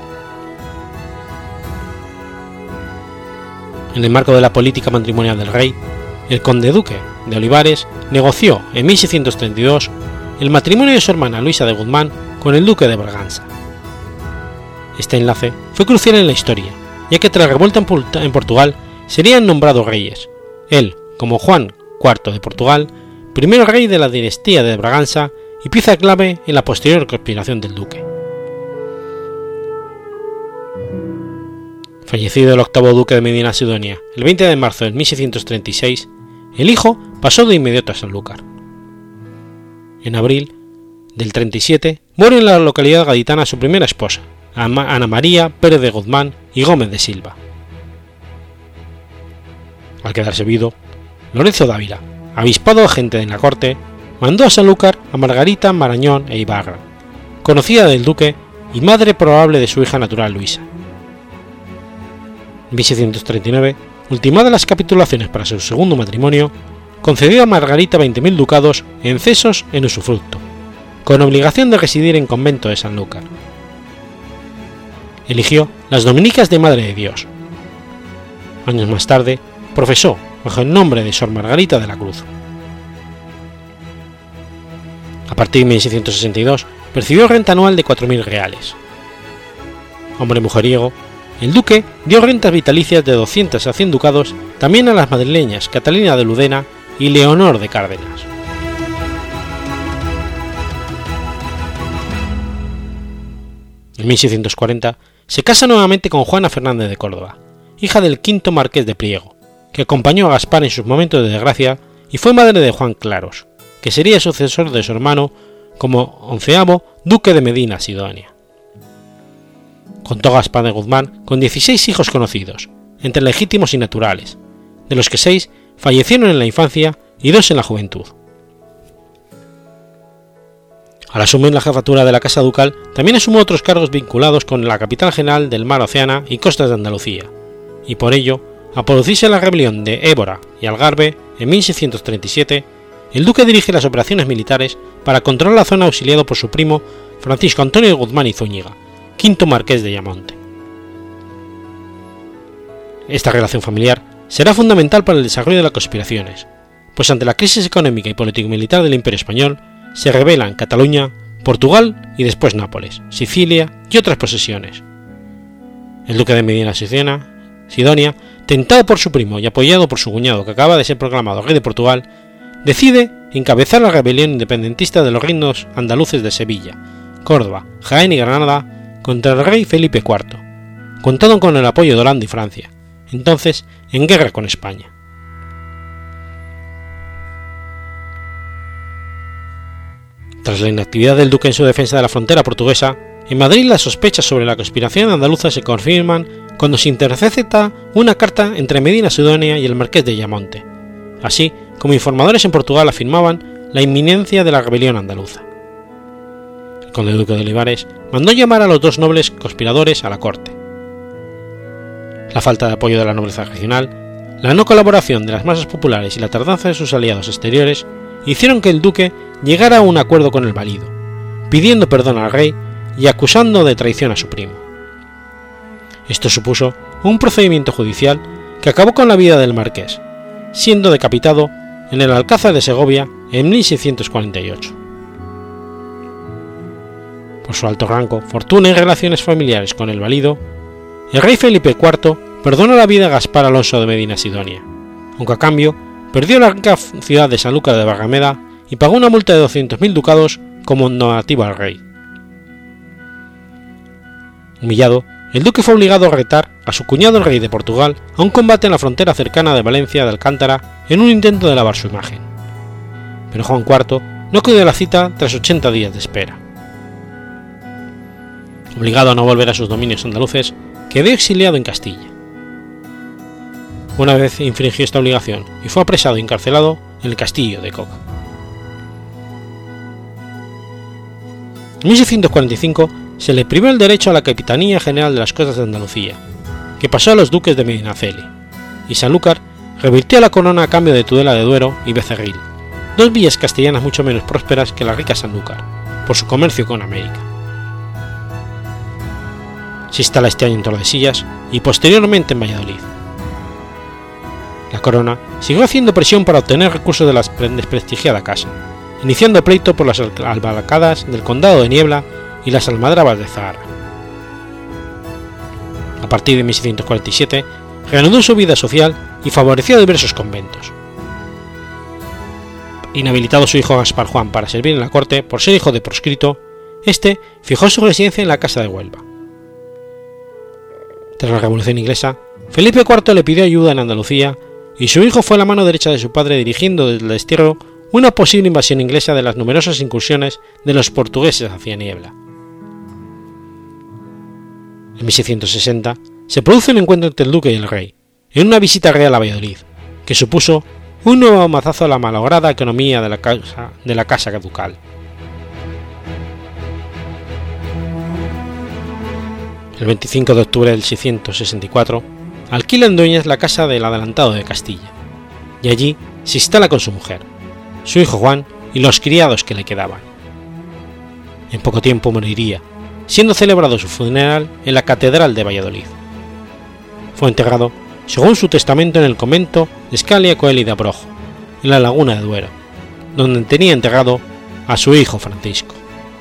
[SPEAKER 1] En el marco de la política matrimonial del rey, el conde duque de Olivares negoció en 1632 el matrimonio de su hermana Luisa de Guzmán con el duque de Braganza. Este enlace fue crucial en la historia, ya que tras la revuelta en Portugal serían nombrados reyes, él como Juan IV de Portugal, primer rey de la dinastía de Braganza y pieza clave en la posterior conspiración del duque. Fallecido el octavo duque de Medina Sidonia el 20 de marzo de 1636, el hijo pasó de inmediato a Sanlúcar. En abril del 37 muere en la localidad gaditana su primera esposa, Ana María Pérez de Guzmán y Gómez de Silva. Al quedarse viudo, Lorenzo Dávila, avispado agente en la corte, mandó a Sanlúcar a Margarita Marañón e Ibarra, conocida del duque y madre probable de su hija natural Luisa. En 1639, ultimadas las capitulaciones para su segundo matrimonio, concedió a Margarita 20.000 ducados en cesos en usufructo, con obligación de residir en convento de Sanlúcar. Eligió las dominicas de Madre de Dios. Años más tarde, profesó bajo el nombre de Sor Margarita de la Cruz. A partir de 1662, percibió renta anual de 4.000 reales. Hombre mujeriego, el duque dio rentas vitalicias de 200 a 100 ducados también a las madrileñas Catalina de Ludena y Leonor de Cárdenas. En 1640 se casa nuevamente con Juana Fernández de Córdoba, hija del quinto marqués de Priego, que acompañó a Gaspar en sus momentos de desgracia y fue madre de Juan Claros, que sería sucesor de su hermano como 11º duque de Medina Sidonia. Contó Gaspar de Guzmán con 16 hijos conocidos, entre legítimos y naturales, de los que 6 fallecieron en la infancia y 2 en la juventud. Al asumir la jefatura de la Casa Ducal, también asumió otros cargos vinculados con la capital general del Mar Océana y costas de Andalucía, y por ello, al producirse la rebelión de Évora y Algarve en 1637, el duque dirige las operaciones militares para controlar la zona auxiliado por su primo Francisco Antonio de Guzmán y Zúñiga, quinto marqués de Ayamonte. Esta relación familiar será fundamental para el desarrollo de las conspiraciones, pues ante la crisis económica y político-militar del Imperio Español se rebelan Cataluña, Portugal y después Nápoles, Sicilia y otras posesiones. El duque de Medina Sidonia, tentado por su primo y apoyado por su cuñado que acaba de ser proclamado rey de Portugal, decide encabezar la rebelión independentista de los reinos andaluces de Sevilla, Córdoba, Jaén y Granada contra el rey Felipe IV, contando con el apoyo de Holanda y Francia, entonces en guerra con España. Tras la inactividad del duque en su defensa de la frontera portuguesa, en Madrid las sospechas sobre la conspiración andaluza se confirman cuando se intercepta una carta entre Medina Sidonia y el marqués de Ayamonte, así como informadores en Portugal afirmaban la inminencia de la rebelión andaluza. El conde duque de Olivares mandó llamar a los dos nobles conspiradores a la corte. La falta de apoyo de la nobleza regional, la no colaboración de las masas populares y la tardanza de sus aliados exteriores hicieron que el duque llegara a un acuerdo con el valido, pidiendo perdón al rey y acusando de traición a su primo. Esto supuso un procedimiento judicial que acabó con la vida del marqués, siendo decapitado en el Alcázar de Segovia en 1648. Por su alto rango, fortuna y relaciones familiares con el valido, el rey Felipe IV perdonó la vida a Gaspar Alonso de Medina Sidonia, aunque a cambio perdió la rica ciudad de Sanlúcar de Barrameda y pagó una multa de 200.000 ducados como donativo al rey. Humillado, el duque fue obligado a retar a su cuñado el rey de Portugal a un combate en la frontera cercana de Valencia de Alcántara en un intento de lavar su imagen. Pero Juan IV no acudió a la cita tras 80 días de espera. Obligado a no volver a sus dominios andaluces, quedó exiliado en Castilla. Una vez infringió esta obligación y fue apresado y encarcelado en el castillo de Coca. En 1645 se le privó el derecho a la Capitanía General de las Costas de Andalucía, que pasó a los duques de Medinaceli, y Sanlúcar revirtió a la corona a cambio de Tudela de Duero y Becerril, dos villas castellanas mucho menos prósperas que la rica Sanlúcar, por su comercio con América. Se instala este año en Tordesillas y posteriormente en Valladolid. La corona siguió haciendo presión para obtener recursos de la desprestigiada casa, iniciando pleito por las albarcadas del condado de Niebla y las almadrabas de Zahara. A partir de 1647 reanudó su vida social y favoreció a diversos conventos. Inhabilitado su hijo Gaspar Juan para servir en la corte por ser hijo de proscrito, este fijó su residencia en la casa de Huelva. Tras la Revolución Inglesa, Felipe IV le pidió ayuda en Andalucía y su hijo fue la mano derecha de su padre dirigiendo desde el destierro una posible invasión inglesa de las numerosas incursiones de los portugueses hacia Niebla. En 1660 se produce un encuentro entre el duque y el rey, en una visita real a Valladolid, que supuso un nuevo mazazo a la malograda economía de la casa ducal. El 25 de octubre del 664, alquila en Dueñas la casa del adelantado de Castilla, y allí se instala con su mujer, su hijo Juan y los criados que le quedaban. En poco tiempo moriría, siendo celebrado su funeral en la Catedral de Valladolid. Fue enterrado, según su testamento, en el convento de Escalia Coeli de Abrojo, en la Laguna de Duero, donde tenía enterrado a su hijo Francisco.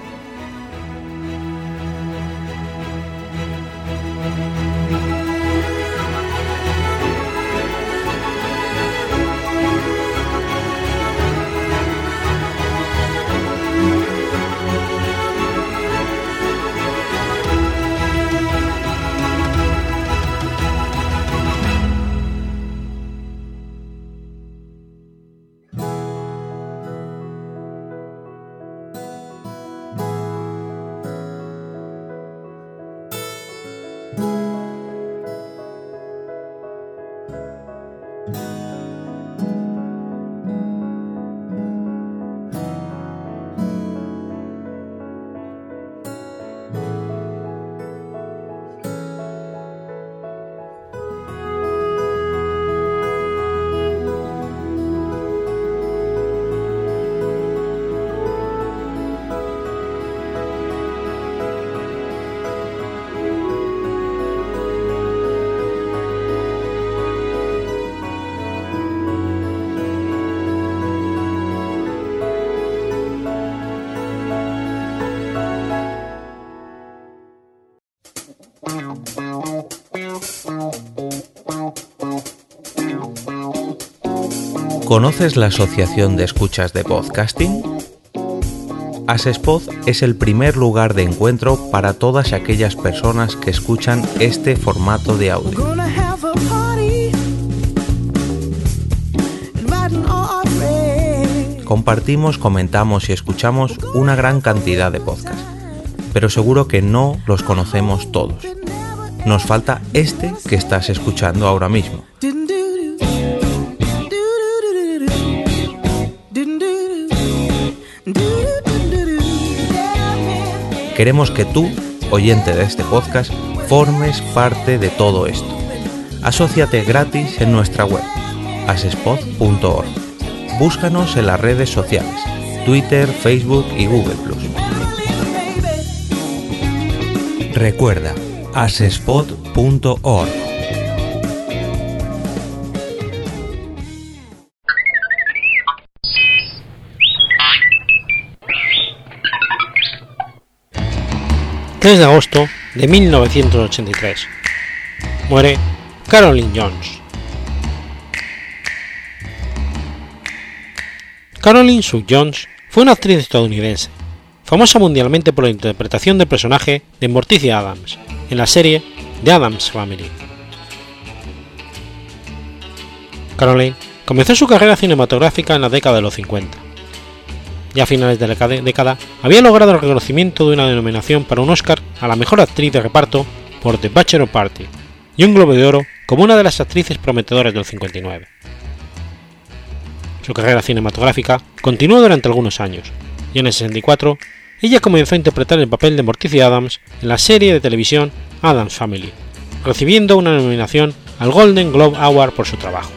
[SPEAKER 3] ¿Conoces la Asociación de Escuchas de Podcasting? Asespod es el primer lugar de encuentro para todas aquellas personas que escuchan este formato de audio. Compartimos, comentamos y escuchamos una gran cantidad de podcasts, pero seguro que no los conocemos todos. Nos falta este que estás escuchando ahora mismo. Queremos que tú, oyente de este podcast, formes parte de todo esto. Asóciate gratis en nuestra web, asespod.org. Búscanos en las redes sociales, Twitter, Facebook y Google+. Recuerda, asespod.org.
[SPEAKER 1] De agosto de 1983. Muere Caroline Jones. Caroline Sue Jones fue una actriz estadounidense, famosa mundialmente por la interpretación del personaje de Morticia Addams en la serie The Addams Family. Caroline comenzó su carrera cinematográfica en la década de los 50. Ya a finales de la década había logrado el reconocimiento de una denominación para un Oscar a la mejor actriz de reparto por The Bachelor Party y un Globo de Oro como una de las actrices prometedoras del 59. Su carrera cinematográfica continuó durante algunos años, y en el 64 ella comenzó a interpretar el papel de Morticia Addams en la serie de televisión Addams Family, recibiendo una nominación al Golden Globe Award por su trabajo.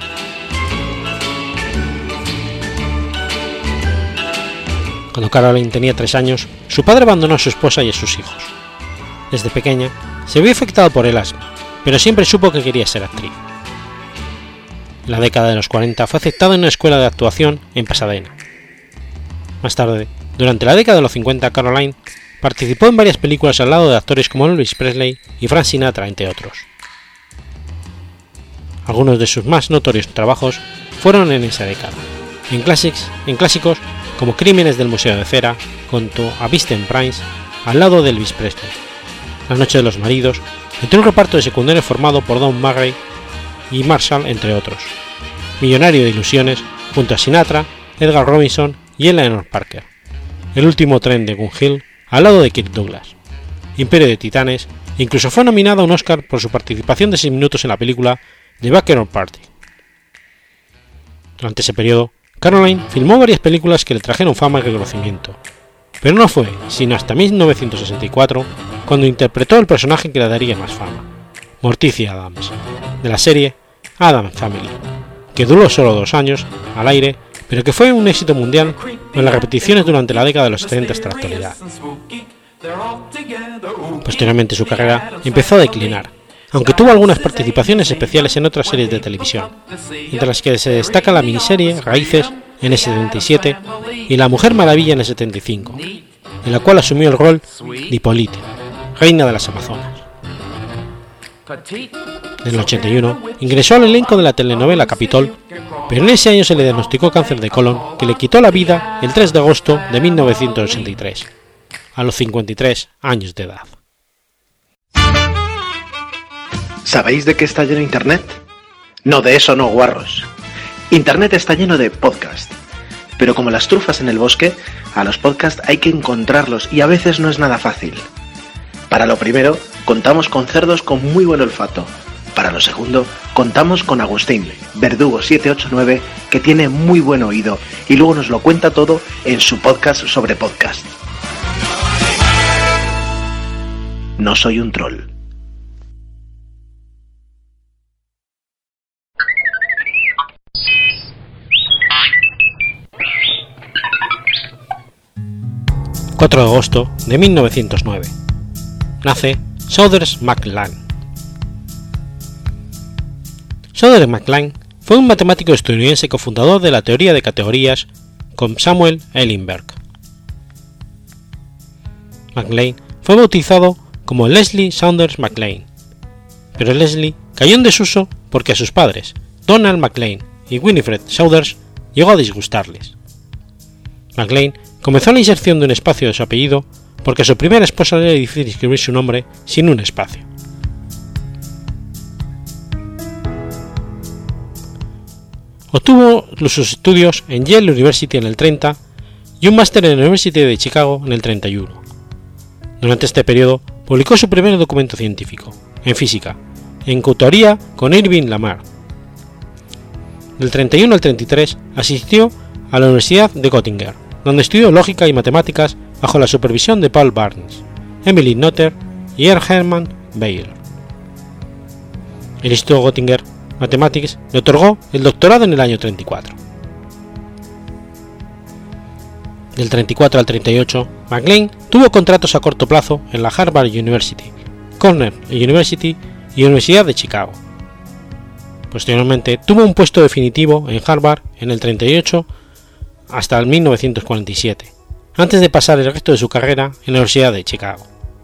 [SPEAKER 1] Cuando Caroline tenía 3 años, su padre abandonó a su esposa y a sus hijos. Desde pequeña se vio afectada por el asma, pero siempre supo que quería ser actriz. En la década de los 40 fue aceptada en una escuela de actuación en Pasadena. Más tarde, durante la década de los 50, Caroline participó en varias películas al lado de actores como Elvis Presley y Frank Sinatra, entre otros. Algunos de sus más notorios trabajos fueron en esa década, en clásicos como Crímenes del Museo de Cera, junto a Vincent Price, al lado de Elvis Presley, La Noche de los Maridos, entre un reparto de secundarios formado por Don Murray y Marshall, entre otros, Millonario de Ilusiones, junto a Sinatra, Edgar Robinson y Eleanor Parker, El último tren de Gun Hill, al lado de Kirk Douglas, Imperio de Titanes, e incluso fue nominado a un Oscar por su participación de 6 minutos en la película The Bachelor Party. Durante ese periodo, Caroline filmó varias películas que le trajeron fama y reconocimiento, pero no fue sino hasta 1964 cuando interpretó el personaje que le daría más fama, Morticia Addams, de la serie Addams Family, que duró solo 2 años al aire, pero que fue un éxito mundial con las repeticiones durante la década de los 70 hasta la actualidad. Posteriormente su carrera empezó a declinar, aunque tuvo algunas participaciones especiales en otras series de televisión, entre las que se destaca la miniserie Raíces en el 77 y La Mujer Maravilla en el 75, en la cual asumió el rol de Hippolyte, reina de las Amazonas. En el 81 ingresó al elenco de la telenovela Capitol, pero en ese año se le diagnosticó cáncer de colon que le quitó la vida el 3 de agosto de 1983, a los 53 años de edad.
[SPEAKER 4] ¿Sabéis de qué está lleno Internet? No, de eso no, guarros. Internet está lleno de podcasts, pero como las trufas en el bosque, a los podcasts hay que encontrarlos y a veces no es nada fácil. Para lo primero, contamos con cerdos con muy buen olfato. Para lo segundo, contamos con Agustín, Verdugo 789, que tiene muy buen oído y luego nos lo cuenta todo en su podcast sobre podcast. No soy un troll.
[SPEAKER 1] El 4 de agosto de 1909 nace Saunders Mac Lane. Saunders Mac Lane fue un matemático estadounidense cofundador de la teoría de categorías con Samuel Eilenberg. MacLane fue bautizado como Leslie Saunders MacLane, pero Leslie cayó en desuso porque a sus padres, Donald MacLane y Winifred Saunders, llegó a disgustarles. MacLane comenzó la inserción de un espacio de su apellido porque a su primera esposa le era difícil escribir su nombre sin un espacio. Obtuvo sus estudios en Yale University en el 30 y un máster en la University de Chicago en el 31. Durante este periodo publicó su primer documento científico, en física, en coautoría con Irving Lamar. Del 31 al 33 asistió a la Universidad de Göttingen, donde estudió lógica y matemáticas bajo la supervisión de Paul Barnes, Emily Noether y Hermann Weyl. El Instituto Göttingen Mathematics le otorgó el doctorado en el año 34. Del 34 al 38, MacLane tuvo contratos a corto plazo en la Harvard University, Cornell University y Universidad de Chicago. Posteriormente tuvo un puesto definitivo en Harvard en el 38 hasta el 1947, antes de pasar el resto de su carrera en la Universidad de Chicago.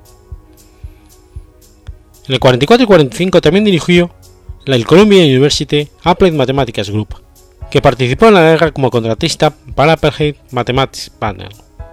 [SPEAKER 1] En el 44 y 45 también dirigió el Columbia University Applied Mathematics Group, que participó en la guerra como contratista para Applehead Mathematics Panel.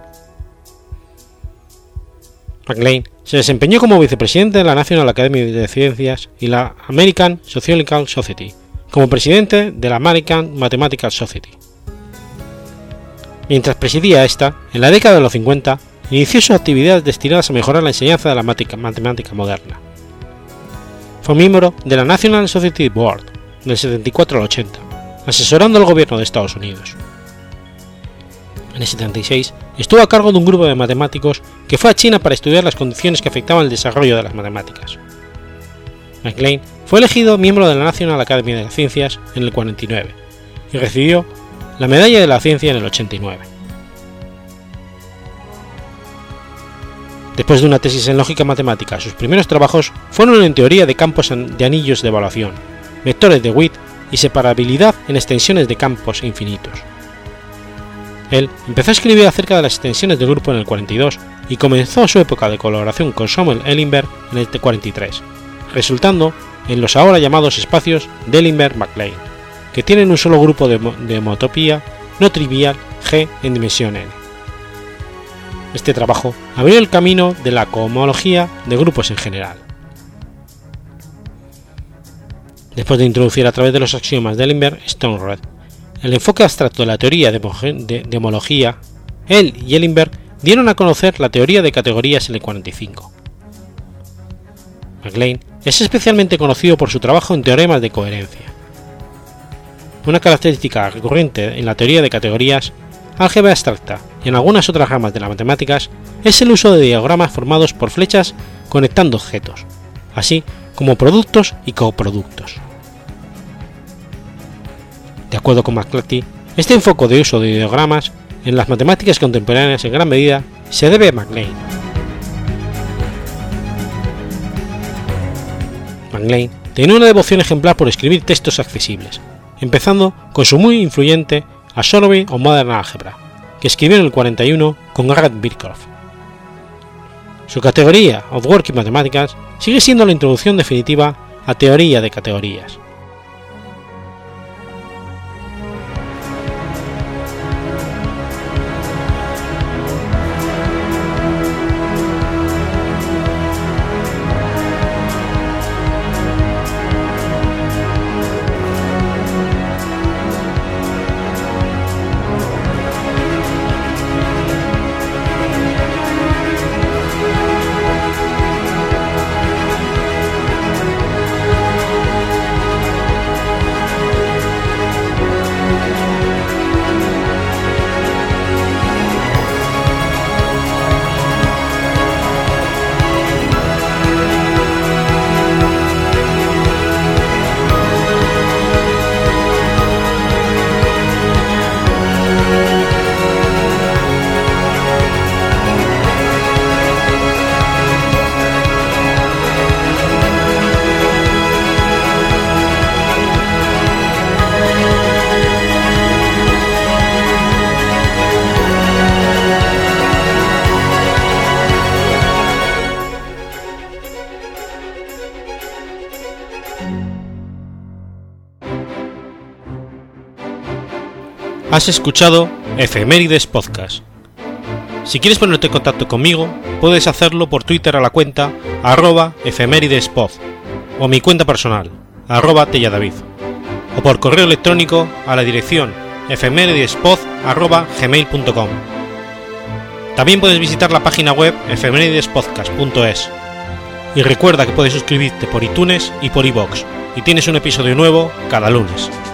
[SPEAKER 1] MacLane se desempeñó como vicepresidente de la National Academy de Ciencias y la American Sociological Society, como presidente de la American Mathematical Society. Mientras presidía esta, en la década de los 50, inició sus actividades destinadas a mejorar la enseñanza de la matemática moderna. Fue miembro de la National Society Board del 74 al 80, asesorando al gobierno de Estados Unidos. En el 76 estuvo a cargo de un grupo de matemáticos que fue a China para estudiar las condiciones que afectaban el desarrollo de las matemáticas. MacLane fue elegido miembro de la National Academy de Ciencias en el 49 y recibió la Medalla de la Ciencia en el 89. Después de una tesis en lógica matemática, sus primeros trabajos fueron en teoría de campos de anillos de evaluación, vectores de Witt y separabilidad en extensiones de campos infinitos. Él empezó a escribir acerca de las extensiones del grupo en el 42 y comenzó su época de colaboración con Samuel Eilenberg en el 43, resultando en los ahora llamados espacios de Eilenberg-MacLane, que tienen un solo grupo de homotopía no trivial G en dimensión n. Este trabajo abrió el camino de la cohomología de grupos en general. Después de introducir a través de los axiomas de Eilenberg-Steinrod el enfoque abstracto de la teoría de homología, él y Eilenberg dieron a conocer la teoría de categorías en el 45. MacLane es especialmente conocido por su trabajo en teoremas de coherencia. una característica recurrente en la teoría de categorías, álgebra abstracta y en algunas otras ramas de las matemáticas es el uso de diagramas formados por flechas conectando objetos, así como productos y coproductos. De acuerdo con McClatchy, este enfoque de uso de diagramas en las matemáticas contemporáneas en gran medida se debe a MacLane. MacLane tenía una devoción ejemplar por escribir textos accesibles, empezando con su muy influyente A Survey of Modern Algebra, que escribió en el 41 con Garrett Birkhoff. Su categoría of Working Mathematics sigue siendo la introducción definitiva a teoría de categorías. Has escuchado Efemérides Podcast. Si quieres ponerte en contacto conmigo, puedes hacerlo por Twitter a la cuenta @efemeridespod o mi cuenta personal @telladavid, o por correo electrónico a la dirección efemeridespod@gmail.com. También puedes visitar la página web efemeridespodcast.es y recuerda que puedes suscribirte por iTunes y por iVoox y tienes un episodio nuevo cada lunes.